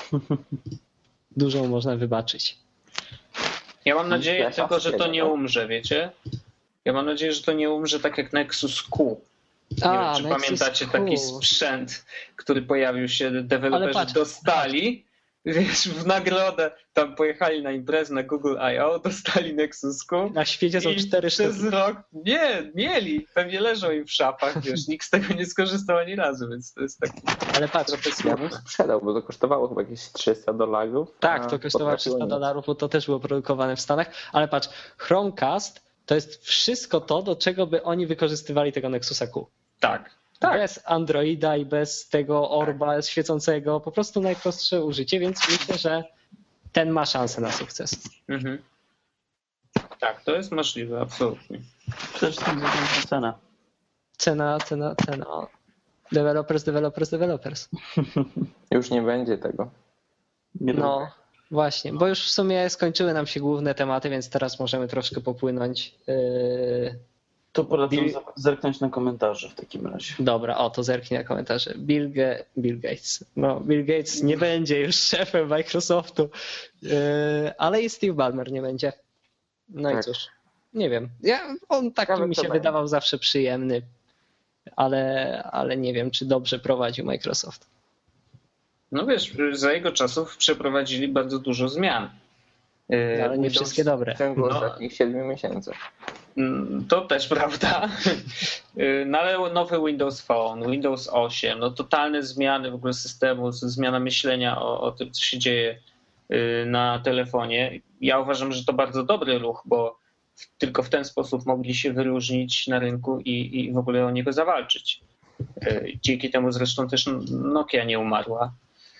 Dużo można wybaczyć. Ja mam nadzieję Ja tylko, że to wszystkiego, nie no. umrze, wiecie? Ja mam nadzieję, że to nie umrze tak jak Nexus Q. Nie A, wiem, czy Nexus pamiętacie Q. taki sprzęt, który pojawił się, deweloperzy patrz, dostali, wiesz, w nagrodę, tam pojechali na imprezę na Google I O, dostali Nexus Q. Na świecie są I cztery przez sztuki. rok, nie, mieli, pewnie leżą im w szafach, wiesz, nikt z tego nie skorzystał ani razu, więc to jest taki Ale patrz, trochę Ja smutne. bym sprzedał, bo to kosztowało chyba jakieś trzysta dolarów. tak, a to kosztowało potrafiło trzysta nic. dolarów, bo to też było produkowane w Stanach, ale patrz, Chromecast to jest wszystko to, do czego by oni wykorzystywali tego Nexusa Q. Tak, tak. Bez Androida i bez tego orba świecącego, po prostu najprostsze użycie, więc myślę, że ten ma szansę na sukces. Mhm. Tak, to jest możliwe, absolutnie. Przede wszystkim za tą cenę. Cena, cena, cena. Developers, developers, developers. Już nie będzie tego. Nie No właśnie, bo już w sumie skończyły nam się główne tematy, więc teraz możemy troszkę popłynąć. Yy, To polecam Bill- za- zerknąć na komentarze w takim razie. Dobra, o to zerknij na komentarze. Bill, Ge- Bill Gates. No, Bill Gates nie będzie już szefem Microsoftu, yy, ale i Steve Ballmer nie będzie. No Tak. i cóż, nie wiem. Ja, on taki Ciekawe, mi co się będzie. wydawał zawsze przyjemny, ale, ale nie wiem, czy dobrze prowadził Microsoft. No wiesz, za jego czasów przeprowadzili bardzo dużo zmian. No, ale nie Windows wszystkie dobre. W ciągu No. ostatnich siedmiu miesięcy. Mm, To też prawda. No ale nowy Windows Phone, Windows osiem, no totalne zmiany w ogóle systemu, zmiana myślenia o, o tym, co się dzieje y, na telefonie. Ja uważam, że to bardzo dobry ruch, bo w- tylko w ten sposób mogli się wyróżnić na rynku i, i w ogóle o niego zawalczyć. Y, Dzięki temu zresztą też Nokia nie umarła.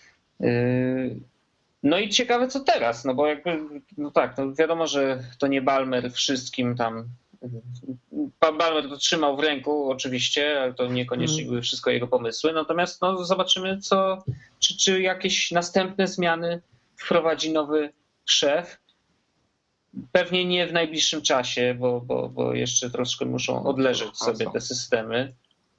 Y, No i ciekawe co teraz, no bo jakby, no tak, no wiadomo, że to nie Ballmer wszystkim tam, pan Ballmer to trzymał w ręku oczywiście, ale to niekoniecznie były wszystko jego pomysły, natomiast no zobaczymy co, czy, czy jakieś następne zmiany wprowadzi nowy szef. Pewnie nie w najbliższym czasie, bo, bo, bo jeszcze troszkę muszą odleżeć sobie te systemy.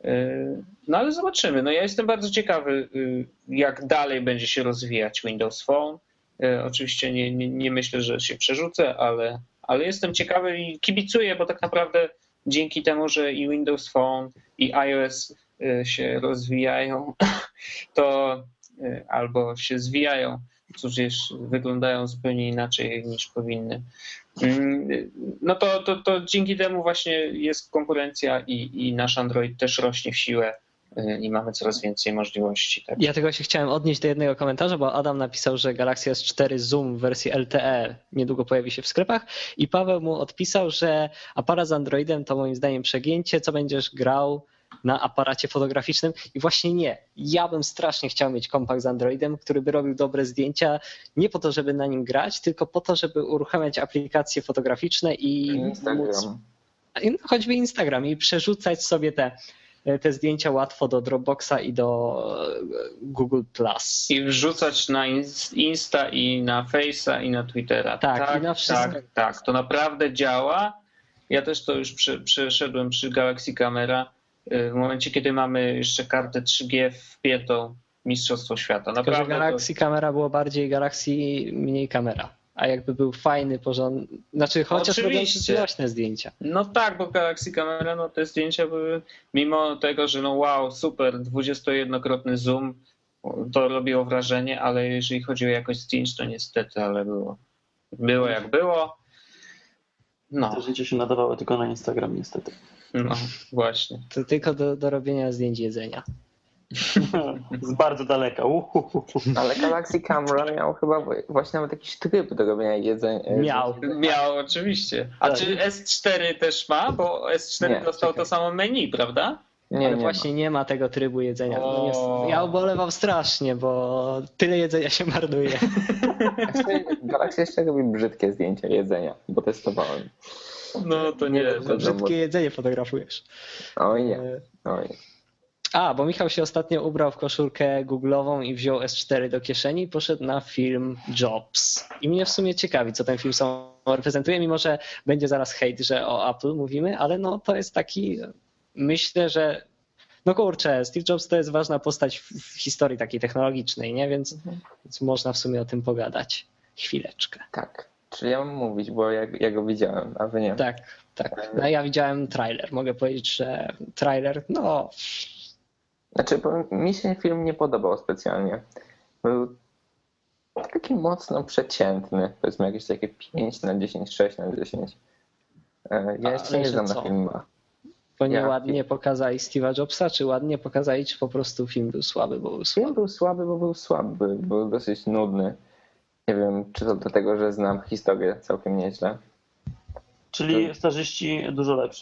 No ale zobaczymy. No ja jestem bardzo ciekawy, jak dalej będzie się rozwijać Windows Phone. Oczywiście nie, nie, nie myślę, że się przerzucę, ale, ale jestem ciekawy i kibicuję, bo tak naprawdę dzięki temu, że i Windows Phone i iOS się rozwijają, to albo się zwijają, cóż, wyglądają zupełnie inaczej niż powinny. No to, to, to dzięki temu właśnie jest konkurencja i, i nasz Android też rośnie w siłę i mamy coraz więcej możliwości. Tak? Ja tylko się chciałem odnieść do jednego komentarza, bo Adam napisał, że Galaxy S cztery Zoom w wersji L T E niedługo pojawi się w sklepach i Paweł mu odpisał, że aparat z Androidem to moim zdaniem przegięcie, co będziesz grał na aparacie fotograficznym i właśnie nie. Ja bym strasznie chciał mieć kompakt z Androidem, który by robił dobre zdjęcia, nie po to, żeby na nim grać, tylko po to, żeby uruchamiać aplikacje fotograficzne i Instagram. móc, choćby Instagram i przerzucać sobie te, te zdjęcia łatwo do Dropboxa i do Google Plus. I wrzucać na Insta i na Face'a i na Twittera. Tak, tak, i na wszystko. tak, tak, to naprawdę działa. Ja też to już prze, przeszedłem przy Galaxy Camera. W momencie, kiedy mamy jeszcze kartę trzy G wpiętą, mistrzostwo świata. Tylko, że Naprawdę Galaxy to... Camera było bardziej Galaxy, mniej kamera. A jakby był fajny, porządny, znaczy chociaż robiący głośne zdjęcia. No tak, bo Galaxy Camera, no te zdjęcia były, mimo tego, że no wow, super, dwudziestojednokrotny zoom, to robiło wrażenie, ale jeżeli chodzi o jakość zdjęć, to niestety, ale było, było jak było. No. Te zdjęcia się nadawały tylko na Instagram niestety. No, właśnie. To tylko do, do robienia zdjęć jedzenia. Z bardzo daleka. Uhuhu. Ale Galaxy Camera miał chyba właśnie nawet jakiś tryb do robienia jedzenia. Miał. Miał, oczywiście. A tak. czy S cztery też ma? Bo S cztery Nie, dostał czekaj. to samo menu, prawda? Nie, Ale nie właśnie ma. nie ma tego trybu jedzenia. No O. niestety. Ja ubolewam strasznie, bo tyle jedzenia się marnuje. Galaxy jeszcze robi brzydkie zdjęcia jedzenia, bo testowałem. No to nie. Nie, To brzydkie jedzenie fotografujesz. Oj nie, oj. A, bo Michał się ostatnio ubrał w koszulkę Google'ową i wziął S cztery do kieszeni i poszedł na film Jobs. I mnie w sumie ciekawi, co ten film sam reprezentuje, mimo że będzie zaraz hejt, że o Apple mówimy, ale no to jest taki, myślę, że no kurczę, Steve Jobs to jest ważna postać w, w historii takiej technologicznej, nie? Więc, mhm. więc można w sumie o tym pogadać. Chwileczkę. Tak, czyli ja mam mówić, bo ja, ja go widziałem, a wy nie. Tak, tak. No ja widziałem trailer. Mogę powiedzieć, że trailer, no... Znaczy, powiem, mi się film nie podobał specjalnie. Był taki mocno przeciętny. Powiedzmy jakieś takie pięć na dziesięć, sześć na dziesięć. Ja jeszcze Ale nie że znam co? na filmach. Bo nie Ja- ładnie pokazali Steve'a Jobsa, czy ładnie pokazali, czy po prostu film był słaby, bo był Film słaby? był słaby, bo był słaby. Był dosyć nudny. Nie wiem, czy to dlatego, że znam historię całkiem nieźle. Czyli starzyści dużo lepsze.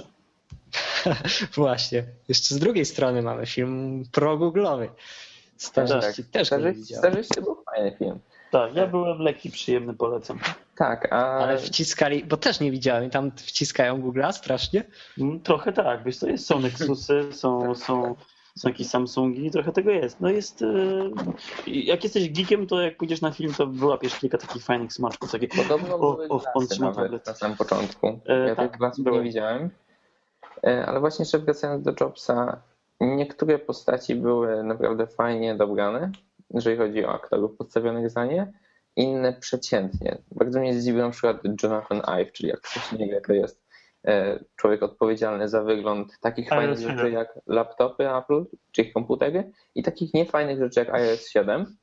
Właśnie. Jeszcze z drugiej strony mamy film pro-googlowy. Starzyści Tak, też go nie Starzyści, widziałem. Starzyści był fajny film. Tak, ja byłem lekki, przyjemny, polecam. Tak, a Ale wciskali, bo też nie widziałem i tam wciskają Google'a strasznie. Mm, Trochę tak, wiesz co, jest, są Nexusy, są, są, są jakieś Samsungi, trochę tego jest. No jest, e, jak jesteś geekiem, to jak pójdziesz na film, to wyłapiesz kilka takich fajnych smaczków. Takie, podobno o, były o, on glasy trzyma nawet tablet. na samym początku. E, Ja tak, tych glasów były. nie widziałem. E, Ale właśnie jeszcze wracając do Jobsa, niektóre postaci były naprawdę fajnie dobrane, jeżeli chodzi o aktorów podstawionych za nie. inne przeciętnie. Bardzo mnie zdziwił na przykład Jonathan Ive, czyli jak ktoś nie wie, to jest człowiek odpowiedzialny za wygląd takich fajnych rzeczy jak laptopy Apple, czy ich komputery i takich niefajnych rzeczy jak iOS siedem.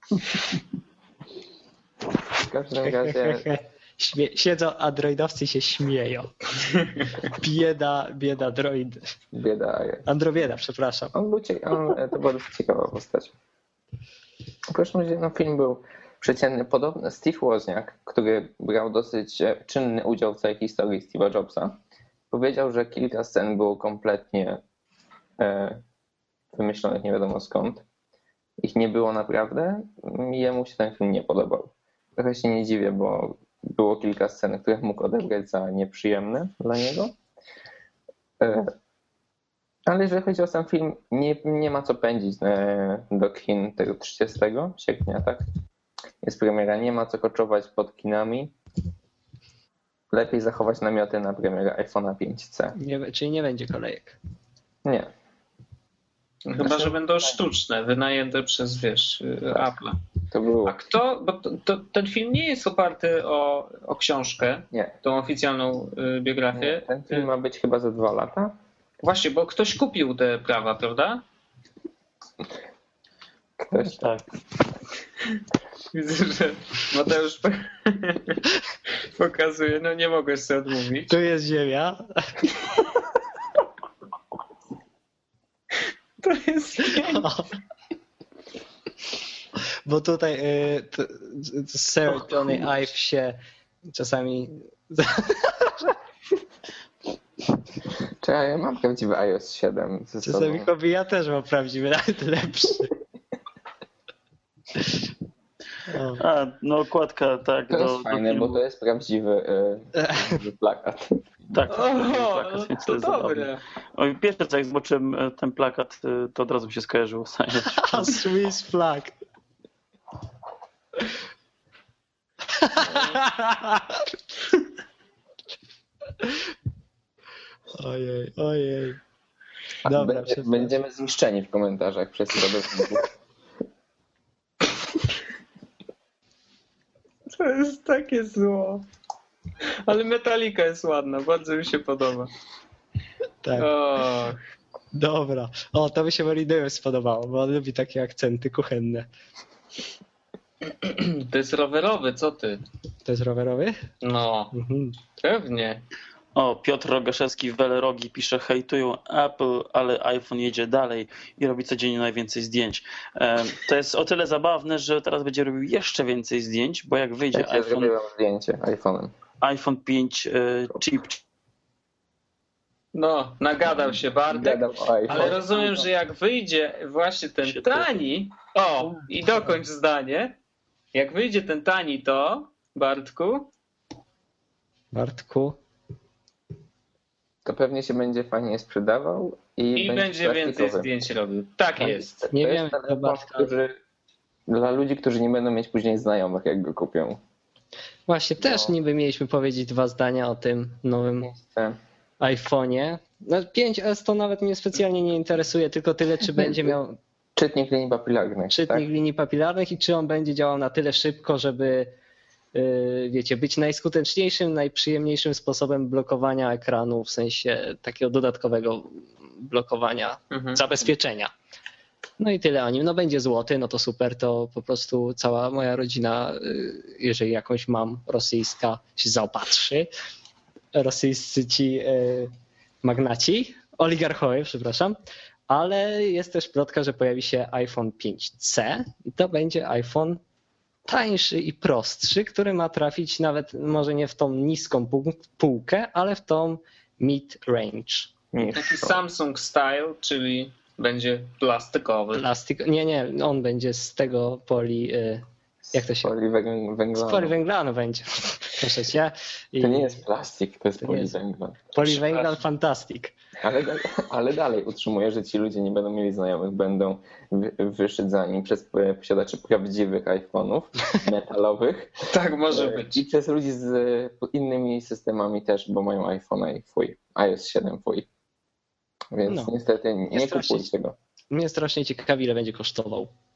W każdym razie... Śmie- siedzą androidowcy i się śmieją. Bieda, bieda droid. Bieda iOS. Androbieda, przepraszam. On był cie- on, to była dosyć ciekawa postać. W każdym razie no, film był przeciętny. Podobny Steve Wozniak, który brał dosyć czynny udział w całej historii Steve'a Jobsa, powiedział, że kilka scen było kompletnie e, wymyślonych nie wiadomo skąd. Ich nie było naprawdę. Jemu się ten film nie podobał. Trochę się nie dziwię, bo było kilka scen, które mógł odebrać za nieprzyjemne dla niego. E, ale jeżeli chodzi o sam film, nie, nie ma co pędzić e, do kin tego trzydziestego sierpnia, tak? Jest premiera, nie ma co koczować pod kinami. Lepiej zachować namioty na premierę iPhone'a pięć C. Nie, czyli nie będzie kolejek. Nie. Chyba, że będą sztuczne, wynajęte przez, wiesz, Apple'a. To było. A kto, bo to, to, ten film nie jest oparty o, o książkę, Nie. tą oficjalną y, biografię. Nie. Ten film ma być chyba za dwa lata. Właśnie, bo ktoś kupił te prawa, prawda? Ktoś Tak. Widzę, że Mateusz pokazuje, no nie mogę sobie odmówić. Tu jest ziemia. To jest Bo tutaj y, t, Sir Johnny Ive się czasami... Czekaj, ja mam prawdziwy iOS siedem ze Czasami sobą. hobby ja też mam prawdziwy, nawet lepszy. O. A, no okładka, tak. To do, jest do fajne, filmu. bo to jest prawdziwy, y, prawdziwy plakat. Tak, O, plakat, więc to jest zabawne. dobre. Oj, pierwsze co jak zobaczyłem e, ten plakat, e, to od razu mi się skojarzyło z A Swiss flag. Ojej, ojej. Dobra, Będzie, przepraszam. będziemy zniszczeni w komentarzach przez środowisków. To jest takie zło. Ale Metallica jest ładna, bardzo mi się podoba. Tak, O, dobra. O, to by się Moridejowi spodobało, bo on lubi takie akcenty kuchenne. to jest rowerowy, co ty? To jest rowerowy? No, Mhm. pewnie. O, Piotr Rogaszewski w Welerogi pisze: hejtują Apple, ale iPhone jedzie dalej i robi codziennie najwięcej zdjęć. E, to jest o tyle zabawne, że teraz będzie robił jeszcze więcej zdjęć, bo jak wyjdzie Ja iPhone, zrobiłem zdjęcie iPhone'em. iPhone pięć e, chip, No, nagadał się Bartek. Gadam o iPhone. Ale rozumiem, że jak wyjdzie właśnie ten Się tani, o, i dokończ zdanie, jak wyjdzie ten tani to, Bartku, Bartku. To pewnie się będzie fajnie sprzedawał i, i będzie więcej plastikowy. zdjęć robił. Tak jest. Nie to wiem, jest telefon, Bartka. który, dla ludzi, którzy nie będą mieć później znajomych, jak go kupią. Właśnie też No. niby mieliśmy powiedzieć dwa zdania o tym nowym E, iPhone'ie. No pięć S to nawet mnie specjalnie nie interesuje, tylko tyle, czy będzie miał Czytnik linii papilarnych. czytnik tak? linii papilarnych i czy on będzie działał na tyle szybko, żeby yy, wiecie, być najskuteczniejszym, najprzyjemniejszym sposobem blokowania ekranu, w sensie takiego dodatkowego blokowania, Mhm. zabezpieczenia. No i tyle o nim. No będzie złoty, no to super, to po prostu cała moja rodzina, yy, jeżeli jakąś mam rosyjska, się zaopatrzy. Rosyjscy ci yy, magnaci, oligarchowie, przepraszam, ale jest też plotka, że pojawi się iPhone pięć C i to będzie iPhone tańszy i prostszy, który ma trafić nawet może nie w tą niską pół- półkę, ale w tą mid-range. Niż Taki to. Samsung style, czyli będzie plastikowy. Plastik, nie, nie, on będzie z tego poli, y, jak to się, Poli węg- z węglanu. poliwęglanu będzie, proszę cię. I To nie jest plastik, to jest To nie jest. poliwęglan. poliwęglan fantastic. Ale, ale dalej utrzymuję, że ci ludzie nie będą mieli znajomych, będą wy- wyszydzani przez posiadaczy prawdziwych iPhone'ów metalowych. Tak może E, być. I przez ludzi z innymi systemami też, bo mają iPhone'a i fuj, iOS siedem fuj. Więc No. niestety nie strasznie- kupujcie go. Mnie strasznie ciekawi, ile będzie kosztował.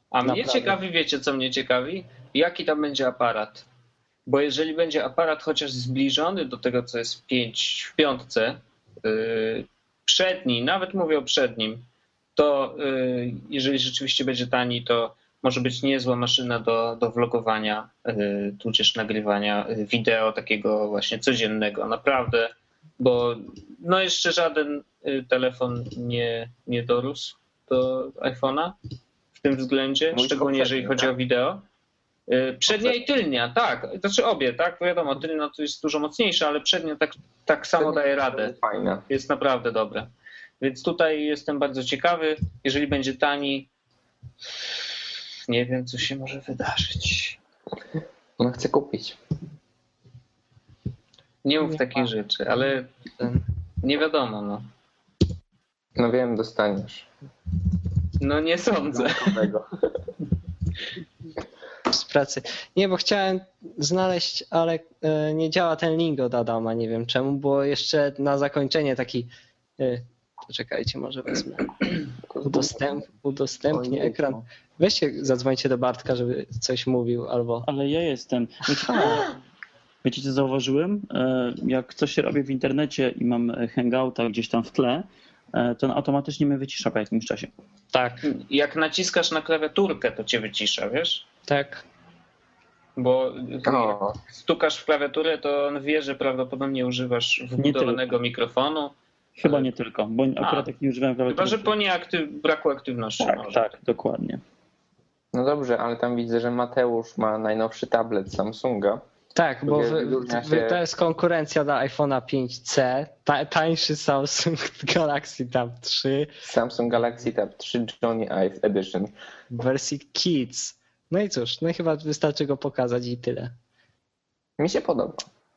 A mnie Naprawdę. ciekawi, wiecie co mnie ciekawi? Jaki tam będzie aparat? Bo jeżeli będzie aparat chociaż zbliżony do tego, co jest pięć w piątce, yy, przedni, nawet mówię o przednim, to yy, jeżeli rzeczywiście będzie tani, to może być niezła maszyna do, do vlogowania, yy, tudzież nagrywania wideo takiego właśnie codziennego, naprawdę, bo no jeszcze żaden yy, telefon nie, nie dorósł do iPhone'a w tym względzie, Mój szczególnie jeżeli poprzedni, chodzi tak? o wideo. Yy, Przednia i tylnia, tak, znaczy obie, tak, wiadomo, tylna to jest dużo mocniejsza, ale przednia tak, tak samo daje radę. Fajne. Jest naprawdę dobre. Więc tutaj jestem bardzo ciekawy. Jeżeli będzie tani, nie wiem, co się może wydarzyć. No chcę kupić. Nie mów Nie takich ma. rzeczy, ale nie wiadomo, no. No wiem, dostaniesz. No nie sądzę. Nowego. Z pracy. Nie, bo chciałem znaleźć, ale e, nie działa ten link od Adama, nie wiem czemu, bo jeszcze na zakończenie taki, e, poczekajcie, może wezmę, udostęp, udostępnię Ojej, ekran. no. Weźcie, zadzwońcie do Bartka, żeby coś mówił, albo... Ale ja jestem. Wiecie, wiecie co zauważyłem? E, Jak coś się robi w internecie i mam hangouta gdzieś tam w tle, e, to on automatycznie mnie wycisza po jakimś czasie. Tak, Jak naciskasz na klawiaturkę, to cię wycisza, wiesz? tak. Bo O. jak stukasz w klawiaturę, to on wie, że prawdopodobnie używasz wbudowanego mikrofonu. Chyba nie tylko, bo akurat A. jak nie używałem Chyba, klawiatury. że po nieaktyw- braku aktywności. Tak, może. tak, dokładnie. No dobrze, ale tam widzę, że Mateusz ma najnowszy tablet Samsunga. Tak, bo wy, Wyróżnia wy, się- to jest konkurencja dla iPhone'a pięć C, ta, tańszy Samsung Galaxy Tab trzy Samsung Galaxy Tab trzy Johnny Ive Edition. w wersji Kids. No i cóż, no i chyba wystarczy go pokazać i tyle. Mi się podoba.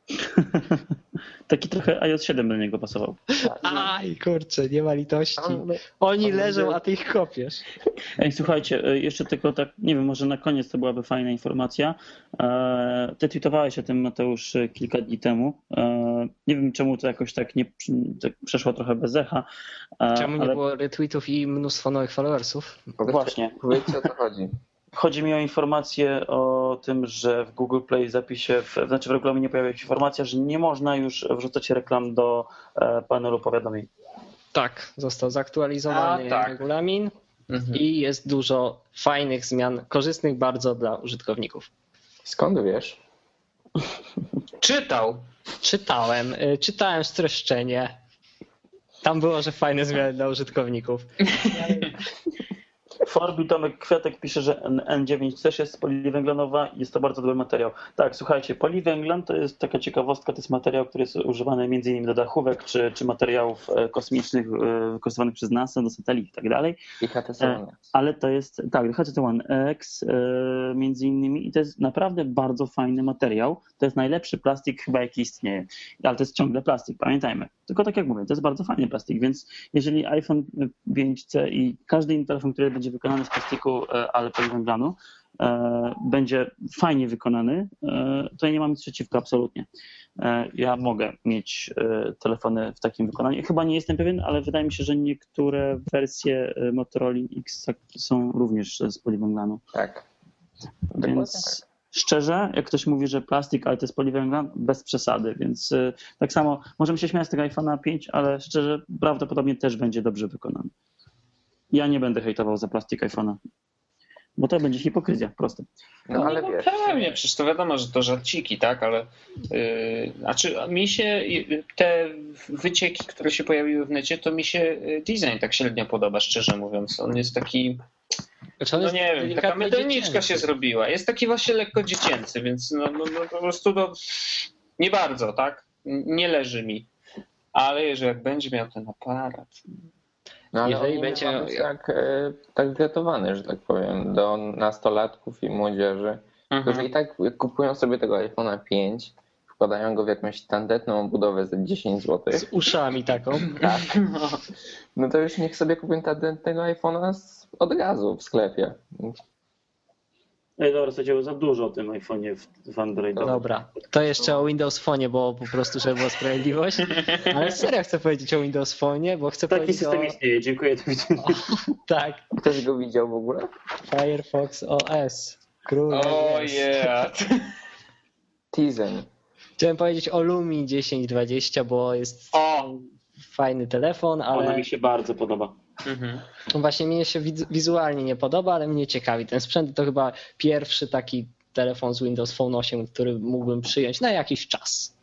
Taki trochę iOS siedem do niego pasował. Aj, kurczę, nie ma litości. On- Oni on leżą, będzie- a ty ich kopiesz. Ej, słuchajcie, e, jeszcze tylko tak, nie wiem, może na koniec to byłaby fajna informacja. E, Ty tweetowałeś o tym, Mateusz, e, kilka dni temu. E, Nie wiem, czemu to jakoś tak nie tak przeszło trochę bez echa. e, Czemu nie ale było retweetów i mnóstwo nowych followersów? Właśnie. Powiedzcie, o co chodzi. Chodzi mi o informację o tym, że w Google Play zapisie, w, znaczy w regulaminie pojawia się informacja, że nie można już wrzucać reklam do e, panelu powiadomień. Tak, został zaktualizowany A, tak. regulamin Mhm. i jest dużo fajnych zmian, korzystnych bardzo dla użytkowników. Skąd wiesz? Czytał. Czytałem, y, czytałem streszczenie. Tam było, że fajne zmiany dla użytkowników. Forbi Tomek Kwiatek pisze, że N dziewięć też jest poliwęglanowa i jest to bardzo dobry materiał. Tak, słuchajcie, poliwęglan to jest taka ciekawostka, to jest materiał, który jest używany między innymi do dachówek czy, czy materiałów e, kosmicznych e, wykorzystywanych przez NASA do satelit i tak dalej. I H T C One. Ale to jest, tak, H T C One X e, między innymi i to jest naprawdę bardzo fajny materiał. To jest najlepszy plastik chyba jaki istnieje, ale to jest ciągle plastik, pamiętajmy. Tylko tak jak mówię, to jest bardzo fajny plastik, więc jeżeli iPhone pięć C i każdy inny telefon, który będzie wykonany z plastiku, e, ale poliwęglanu, e, będzie fajnie wykonany, e, to ja nie mam nic przeciwko absolutnie. E, ja mogę mieć e, telefony w takim wykonaniu. Chyba nie jestem pewien, ale wydaje mi się, że niektóre wersje e, Motorola X są również z poliwęglanu. Tak. Dokładnie Więc tak. szczerze, jak ktoś mówi, że plastik, ale to jest poliwęglan, bez przesady. Więc y, tak samo możemy się śmiać z tego iPhone'a pięć, ale szczerze prawdopodobnie też będzie dobrze wykonany. Ja nie będę hejtował za plastik iPhone'a, bo to będzie hipokryzja, proste. No ale no, wiesz. pewnie, przecież to wiadomo, że to żarciki, tak, ale yy, znaczy mi się yy, te wycieki, które się pojawiły w necie, to mi się yy, design tak średnio podoba, szczerze mówiąc. On jest taki, Znaczy on no jest nie wiem, taka delikatnie mydelniczka dziecięcy. się zrobiła. Jest taki właśnie lekko dziecięcy, więc no, no, no po prostu no, nie bardzo, tak? Nie leży mi. Ale jeżeli jak będzie miał ten aparat, No ale Jeżeli on nie będzie ma miał- być tak, e, tak gotowany, że tak powiem, do nastolatków i młodzieży, którzy i tak kupują sobie tego iPhone'a pięć, wkładają go w jakąś tandetną budowę za dziesięć złotych, Z uszami taką. no to już niech sobie kupią tandetnego iPhone'a z- od razu w sklepie. Ej, dobra, słuchajcie, za dużo o tym iPhone'ie w, w Androidzie. Dobra, to jeszcze o Windows Phone, bo po prostu, żeby była sprawiedliwość. Ale serio chcę powiedzieć o Windows Phone, bo chcę Taki powiedzieć system o... istnieje, dziękuję. Do widzenia. Tak, Ktoś go widział w ogóle? Firefox O S. Król O O S. yeah. Tizen. Chciałem powiedzieć o Lumii dziesięć dwadzieścia, bo jest O! fajny telefon, Ona ale mi się bardzo podoba. Mhm. właśnie mnie się wiz- wizualnie nie podoba, ale mnie ciekawi. Ten sprzęt to chyba pierwszy taki telefon z Windows Phone osiem, który mógłbym przyjąć na jakiś czas.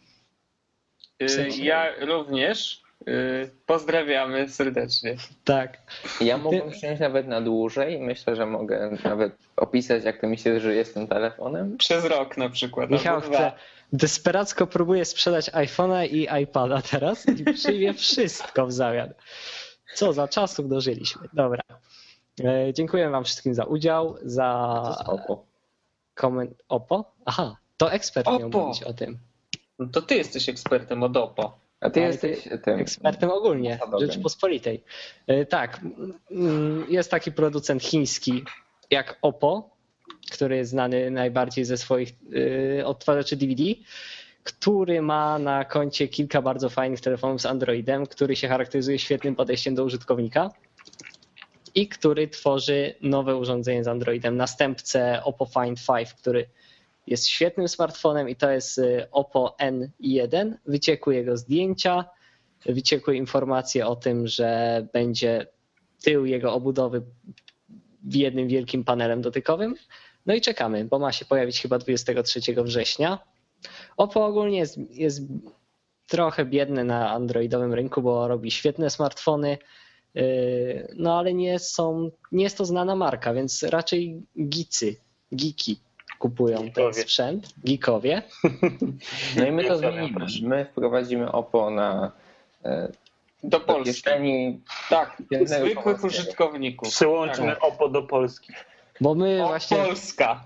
W sensie- Ja również. y, Pozdrawiamy serdecznie. Tak. Ja mógłbym przyjąć nawet na dłużej. Myślę, że mogę nawet opisać, jak to mi się żyje z tym telefonem. Przez rok na przykład. Michał albo chce, dwa. desperacko próbuje sprzedać iPhone'a i iPada teraz i przyjmie wszystko w zamian. Co za czasów dożyliśmy. Dobra. E, Dziękuję wam wszystkim za udział, za To jest Oppo. koment... Opo? Aha, to ekspert miał Oppo. mówić o tym. No to ty jesteś ekspertem od Oppo. A ty Ale jesteś ty- tym. Ekspertem ogólnie, ambasadorem. Rzeczypospolitej. E, Tak, mm, jest taki producent chiński jak Oppo, który jest znany najbardziej ze swoich y, odtwarzaczy D V D, który ma na koncie kilka bardzo fajnych telefonów z Androidem, który się charakteryzuje świetnym podejściem do użytkownika i który tworzy nowe urządzenie z Androidem, następcę Oppo Find pięć, który jest świetnym smartfonem i to jest y, Oppo N jeden. Wyciekły jego zdjęcia, wyciekły informacje o tym, że będzie tył jego obudowy jednym wielkim panelem dotykowym. No i czekamy, bo ma się pojawić chyba dwudziestego trzeciego września. Oppo ogólnie jest, jest trochę biedny na androidowym rynku, bo robi świetne smartfony, yy, no ale nie są, nie jest to znana marka, więc raczej geecy, geeki kupują ten Geekowie. sprzęt, geekowie. No i my to Pozdrawiam, zmienimy. proszę. My wprowadzimy Oppo na e, Do do Polski. kieszeni. Tak, Jednego zwykłych Polskiego. użytkowników. Przyłączmy Tak. Oppo do Polski. Bo my O, właśnie... Polska.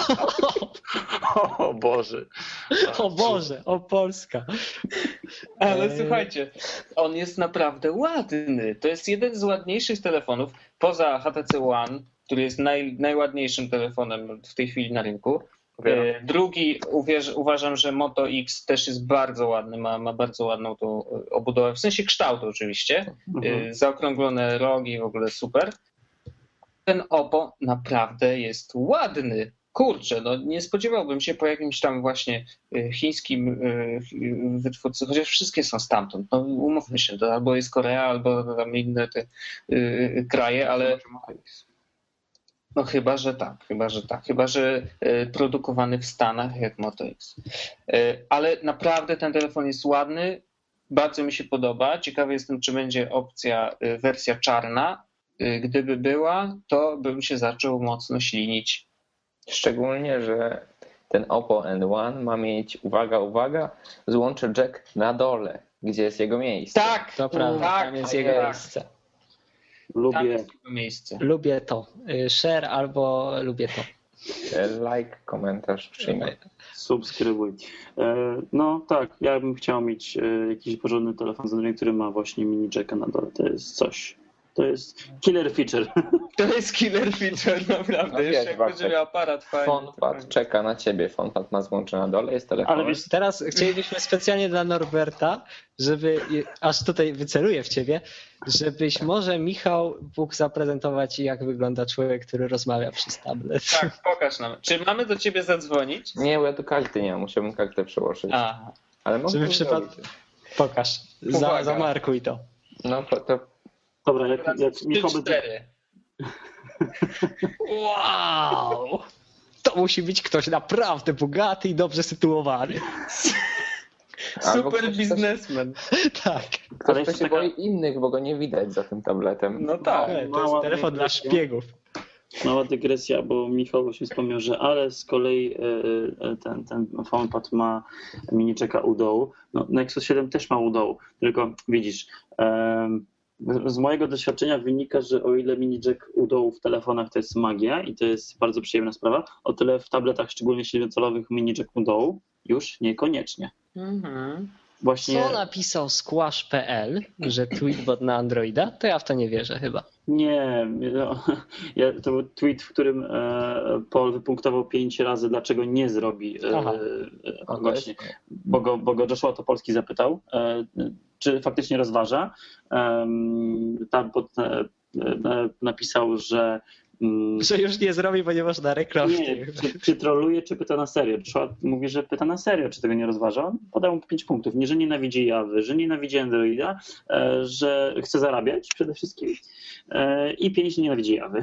O Boże. O Boże, o Polska. Ale Eee. słuchajcie, on jest naprawdę ładny. To jest jeden z ładniejszych telefonów, poza H T C One, który jest naj, najładniejszym telefonem w tej chwili na rynku. E, Drugi, uwierz, uważam, że Moto X też jest bardzo ładny, ma, ma bardzo ładną tą obudowę, w sensie kształtu oczywiście, Mhm. e, zaokrąglone rogi, w ogóle super. Ten Oppo naprawdę jest ładny. Kurczę, no nie spodziewałbym się po jakimś tam właśnie e, chińskim e, wytwórcy, chociaż wszystkie są stamtąd. No umówmy się, to albo jest Korea, albo tam inne te e, kraje, ale no chyba, że tak, chyba, że tak. Chyba, że e, produkowany w Stanach jak Moto X. E, Ale naprawdę ten telefon jest ładny, bardzo mi się podoba. Ciekawy jestem, czy będzie opcja, e, wersja czarna. E, Gdyby była, to bym się zaczął mocno ślinić. Szczególnie, że ten Oppo N jeden ma mieć, uwaga, uwaga, złącze jack na dole, gdzie jest jego miejsce. Tak, To prawda, tak, tam jest tak, jego tak. miejsce. Tam Lubię. jest jego miejsce. Lubię to. Y, Share albo lubię to. Like, komentarz, przyjmę. Subskrybuj. E, No tak, ja bym chciał mieć e, jakiś porządny telefon z Androidem, który ma właśnie mini jacka na dole. To jest coś. To jest killer feature. To jest killer feature, naprawdę. No Jeszcze wiesz, jak Bartek, będzie miał aparat fajny. to Fonpad fajnie. czeka na ciebie. Fonpad ma złącze na dole, jest telefon. Ale wiesz, teraz chcielibyśmy specjalnie dla Norberta, żeby, aż tutaj wyceluję w ciebie, żebyś może Michał mógł zaprezentować, jak wygląda człowiek, który rozmawia przez tablet. Tak, pokaż nam. Czy mamy do ciebie zadzwonić? Nie, bo ja tu karty nie mam, musiałbym kartę przełożyć. Aha. Ale mogę Żeby to przypad... zrobić. Pokaż, za, Uwaga. zamarkuj to. No to, to Dobra, jak, jak Michał trzy, będzie... cztery. Wow! To musi być ktoś naprawdę bogaty i dobrze sytuowany. Albo Super ktoś- biznesmen. Tak. Ale ktoś, kto jeszcze się taka- boi innych, bo go nie widać za tym tabletem. No tak. To jest mała telefon dla dygresja. szpiegów. Mała dygresja, bo Michał właśnie wspomniał, że ale z kolei e, e, ten, ten PhonePad ma mini jacka u dołu. No, Nexus siedem też ma u dołu, tylko widzisz, em, z mojego doświadczenia wynika, że o ile mini jack u dołu w telefonach to jest magia i to jest bardzo przyjemna sprawa, o tyle w tabletach, szczególnie siedmiocalowych, mini jack u dołu już niekoniecznie. Mhm. właśnie... Co napisał squash kropka p l, że tweetbot na Androida? To ja w to nie wierzę chyba. Nie, no, ja, to był tweet, w którym e, Paul wypunktował pięć razy, dlaczego nie zrobi e, e, właśnie, bo go, bo go Joshua Topolski zapytał, e, czy faktycznie rozważa. E, tam pod, e, e, napisał, że Że już nie zrobi, bo nie można reklam. Nie, czy, czy troluje, czy pyta na serio. Joshua mówi, że pyta na serio, czy tego nie rozważa. On podał mu pięć punktów. Nie, że nienawidzi Jawy, że nienawidzi Androida, e, że chce zarabiać przede wszystkim e, i pięć nienawidzi Jawy.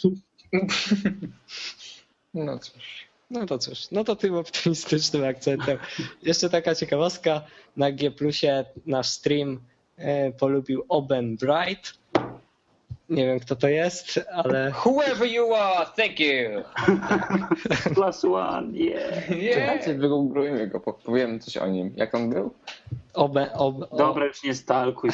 No cóż. No to cóż, no to tym optymistycznym akcentem. Jeszcze taka ciekawostka, na G Plusie nasz stream e, polubił Oben Bright. Nie wiem, kto to jest, ale... Whoever you are, thank you! Plus one, yeah. Czekajcie, wygooglujmy go, powiem coś o nim. Jak on był? Obe, ob, o... Dobra, już nie stalkuj.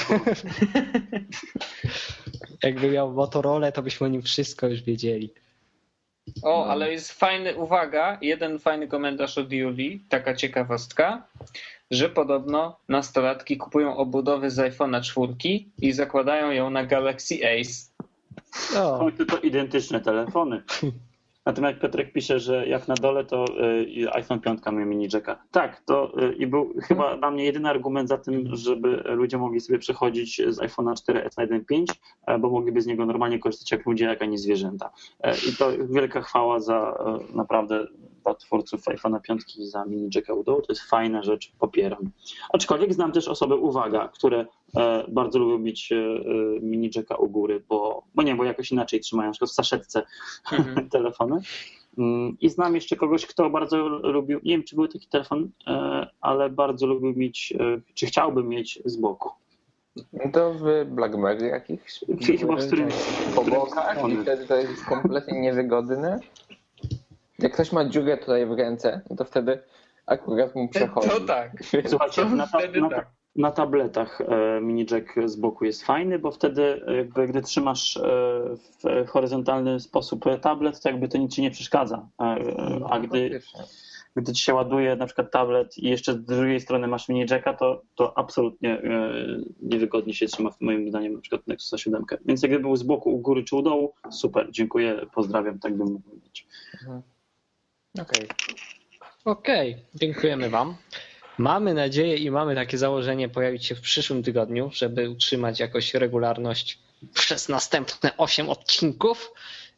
Jakby miał Motorola, to byśmy o nim wszystko już wiedzieli. O, ale jest fajny, uwaga, jeden fajny komentarz od Julii, taka ciekawostka, że podobno nastolatki kupują obudowy z iPhone'a czwórki i zakładają ją na Galaxy Ace. O. Są tylko identyczne telefony. Natomiast Piotrek pisze, że jak na dole, to iPhone pięć ma mini jacka. Tak, to i był chyba dla mnie jedyny argument za tym, żeby ludzie mogli sobie przechodzić z iPhone'a cztery S na jeden pięć, bo mogliby z niego normalnie korzystać jak ludzie, jak a nie zwierzęta. I to wielka chwała za naprawdę dla twórców iPhone'a pięć za mini jacka u dołu. To jest fajna rzecz, popieram. Aczkolwiek znam też osoby, uwaga, które bardzo lubią mieć mini jacka u góry, bo, bo nie, bo jakoś inaczej trzymają, na przykład w saszetce mhm. telefony. I znam jeszcze kogoś, kto bardzo lubił, nie wiem, czy był taki telefon, ale bardzo lubił mieć, czy chciałby mieć z boku. To w BlackBerry jakichś? Chyba w którymś po bokach i wtedy to jest kompletnie niewygodne. Jak ktoś ma dziurę tutaj w ręce, to wtedy akurat mu przechodzi. To tak. Słuchajcie, to na, ta, wtedy na, tak. na tabletach mini jack z boku jest fajny, bo wtedy jakby gdy trzymasz w horyzontalny sposób tablet, to jakby to nic ci nie przeszkadza. A, a gdy, gdy ci się ładuje na przykład tablet i jeszcze z drugiej strony masz mini jacka, to, to absolutnie niewygodnie się trzyma moim zdaniem na przykład Nexusa siedem. Więc jakby był z boku, u góry czy u dołu, super, dziękuję, pozdrawiam, tak bym mógł mówić. Mhm. Okej. Okay. Okej, okay, dziękujemy wam. Mamy nadzieję i mamy takie założenie pojawić się w przyszłym tygodniu, żeby utrzymać jakoś regularność przez następne osiem odcinków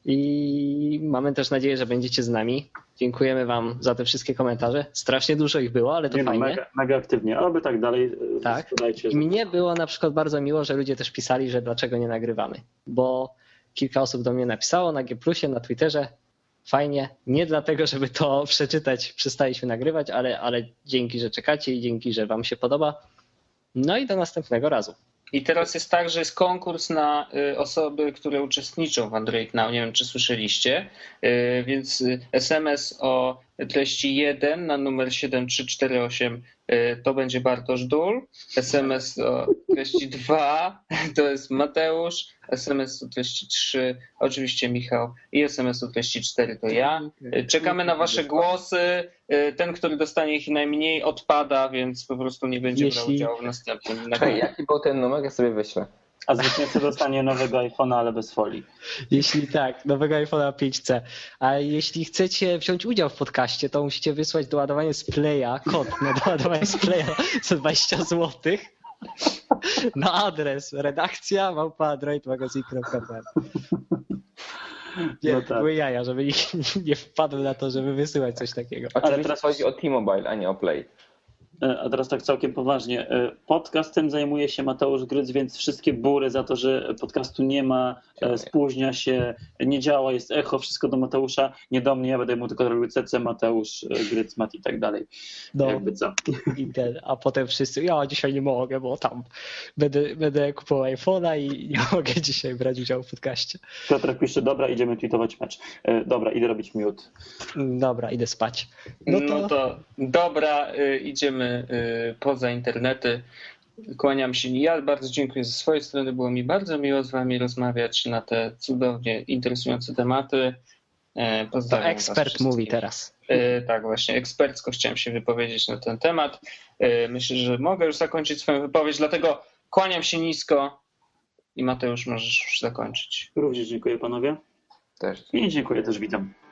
i mamy też nadzieję, że będziecie z nami. Dziękujemy wam za te wszystkie komentarze. Strasznie dużo ich było, ale to Nie fajnie. No, mega, mega aktywnie, ale tak dalej. Tak. I mnie było na przykład bardzo miło, że ludzie też pisali, że dlaczego nie nagrywamy, bo kilka osób do mnie napisało na G Plusie, na Twitterze. Fajnie, nie dlatego, żeby to przeczytać, przestaliśmy nagrywać, ale, ale dzięki, że czekacie i dzięki, że wam się podoba. No i do następnego razu. I teraz jest tak, że jest konkurs na osoby, które uczestniczą w Android Now. Nie wiem, czy słyszeliście. Więc S M S o treści jeden na numer siedem trzy cztery osiem to będzie Bartosz Dul. S M S o treści dwa to jest Mateusz. S M S o treści trzy oczywiście Michał. I S M S o treści cztery to ja. Czekamy na wasze głosy. Ten, który dostanie ich najmniej, odpada, więc po prostu nie będzie Jeśli... brał udziału w następnym Czekaj, nagraniu. jaki był ten numer? Ja sobie wyślę. A zwycięzca dostanie nowego iPhone'a, ale bez folii. Jeśli tak, nowego iPhone'a pięć C. A jeśli chcecie wziąć udział w podcaście, to musicie wysłać doładowanie z Playa, kod na doładowanie z Playa za dwadzieścia złotych na adres redakcja małpa android magazine kropka p l. Nie, No to tak. były jaja, żeby nikt nie wpadł na to, żeby wysyłać coś takiego. Oczywiście Ale teraz- chodzi o T-Mobile, a nie o Play. A teraz tak całkiem poważnie. Podcastem zajmuje się Mateusz Gryc, więc wszystkie bury za to, że podcastu nie ma, spóźnia się, nie działa, jest echo, wszystko do Mateusza, nie do mnie, ja będę mu tylko robił C C, Mateusz, Gryc, Mat i tak dalej. No. Jakby co. I ten, a potem wszyscy, ja dzisiaj nie mogę, bo tam będę, będę kupował iPhone'a i nie mogę dzisiaj brać udziału w podcaście. Piotrek pisze, dobra, idziemy tweetować mecz. Dobra, idę robić miód. Dobra, idę spać. No to, no to dobra, y, idziemy y, poza internety. Kłaniam się. Ja bardzo dziękuję ze swojej strony. Było mi bardzo miło z wami rozmawiać na te cudownie interesujące tematy. To Pozdrawiam ekspert was mówi wszystkich. teraz. Tak, właśnie ekspercko chciałem się wypowiedzieć na ten temat. Myślę, że mogę już zakończyć swoją wypowiedź, dlatego kłaniam się nisko i Mateusz możesz już zakończyć. Również dziękuję panowie. Też. I dziękuję też, witam.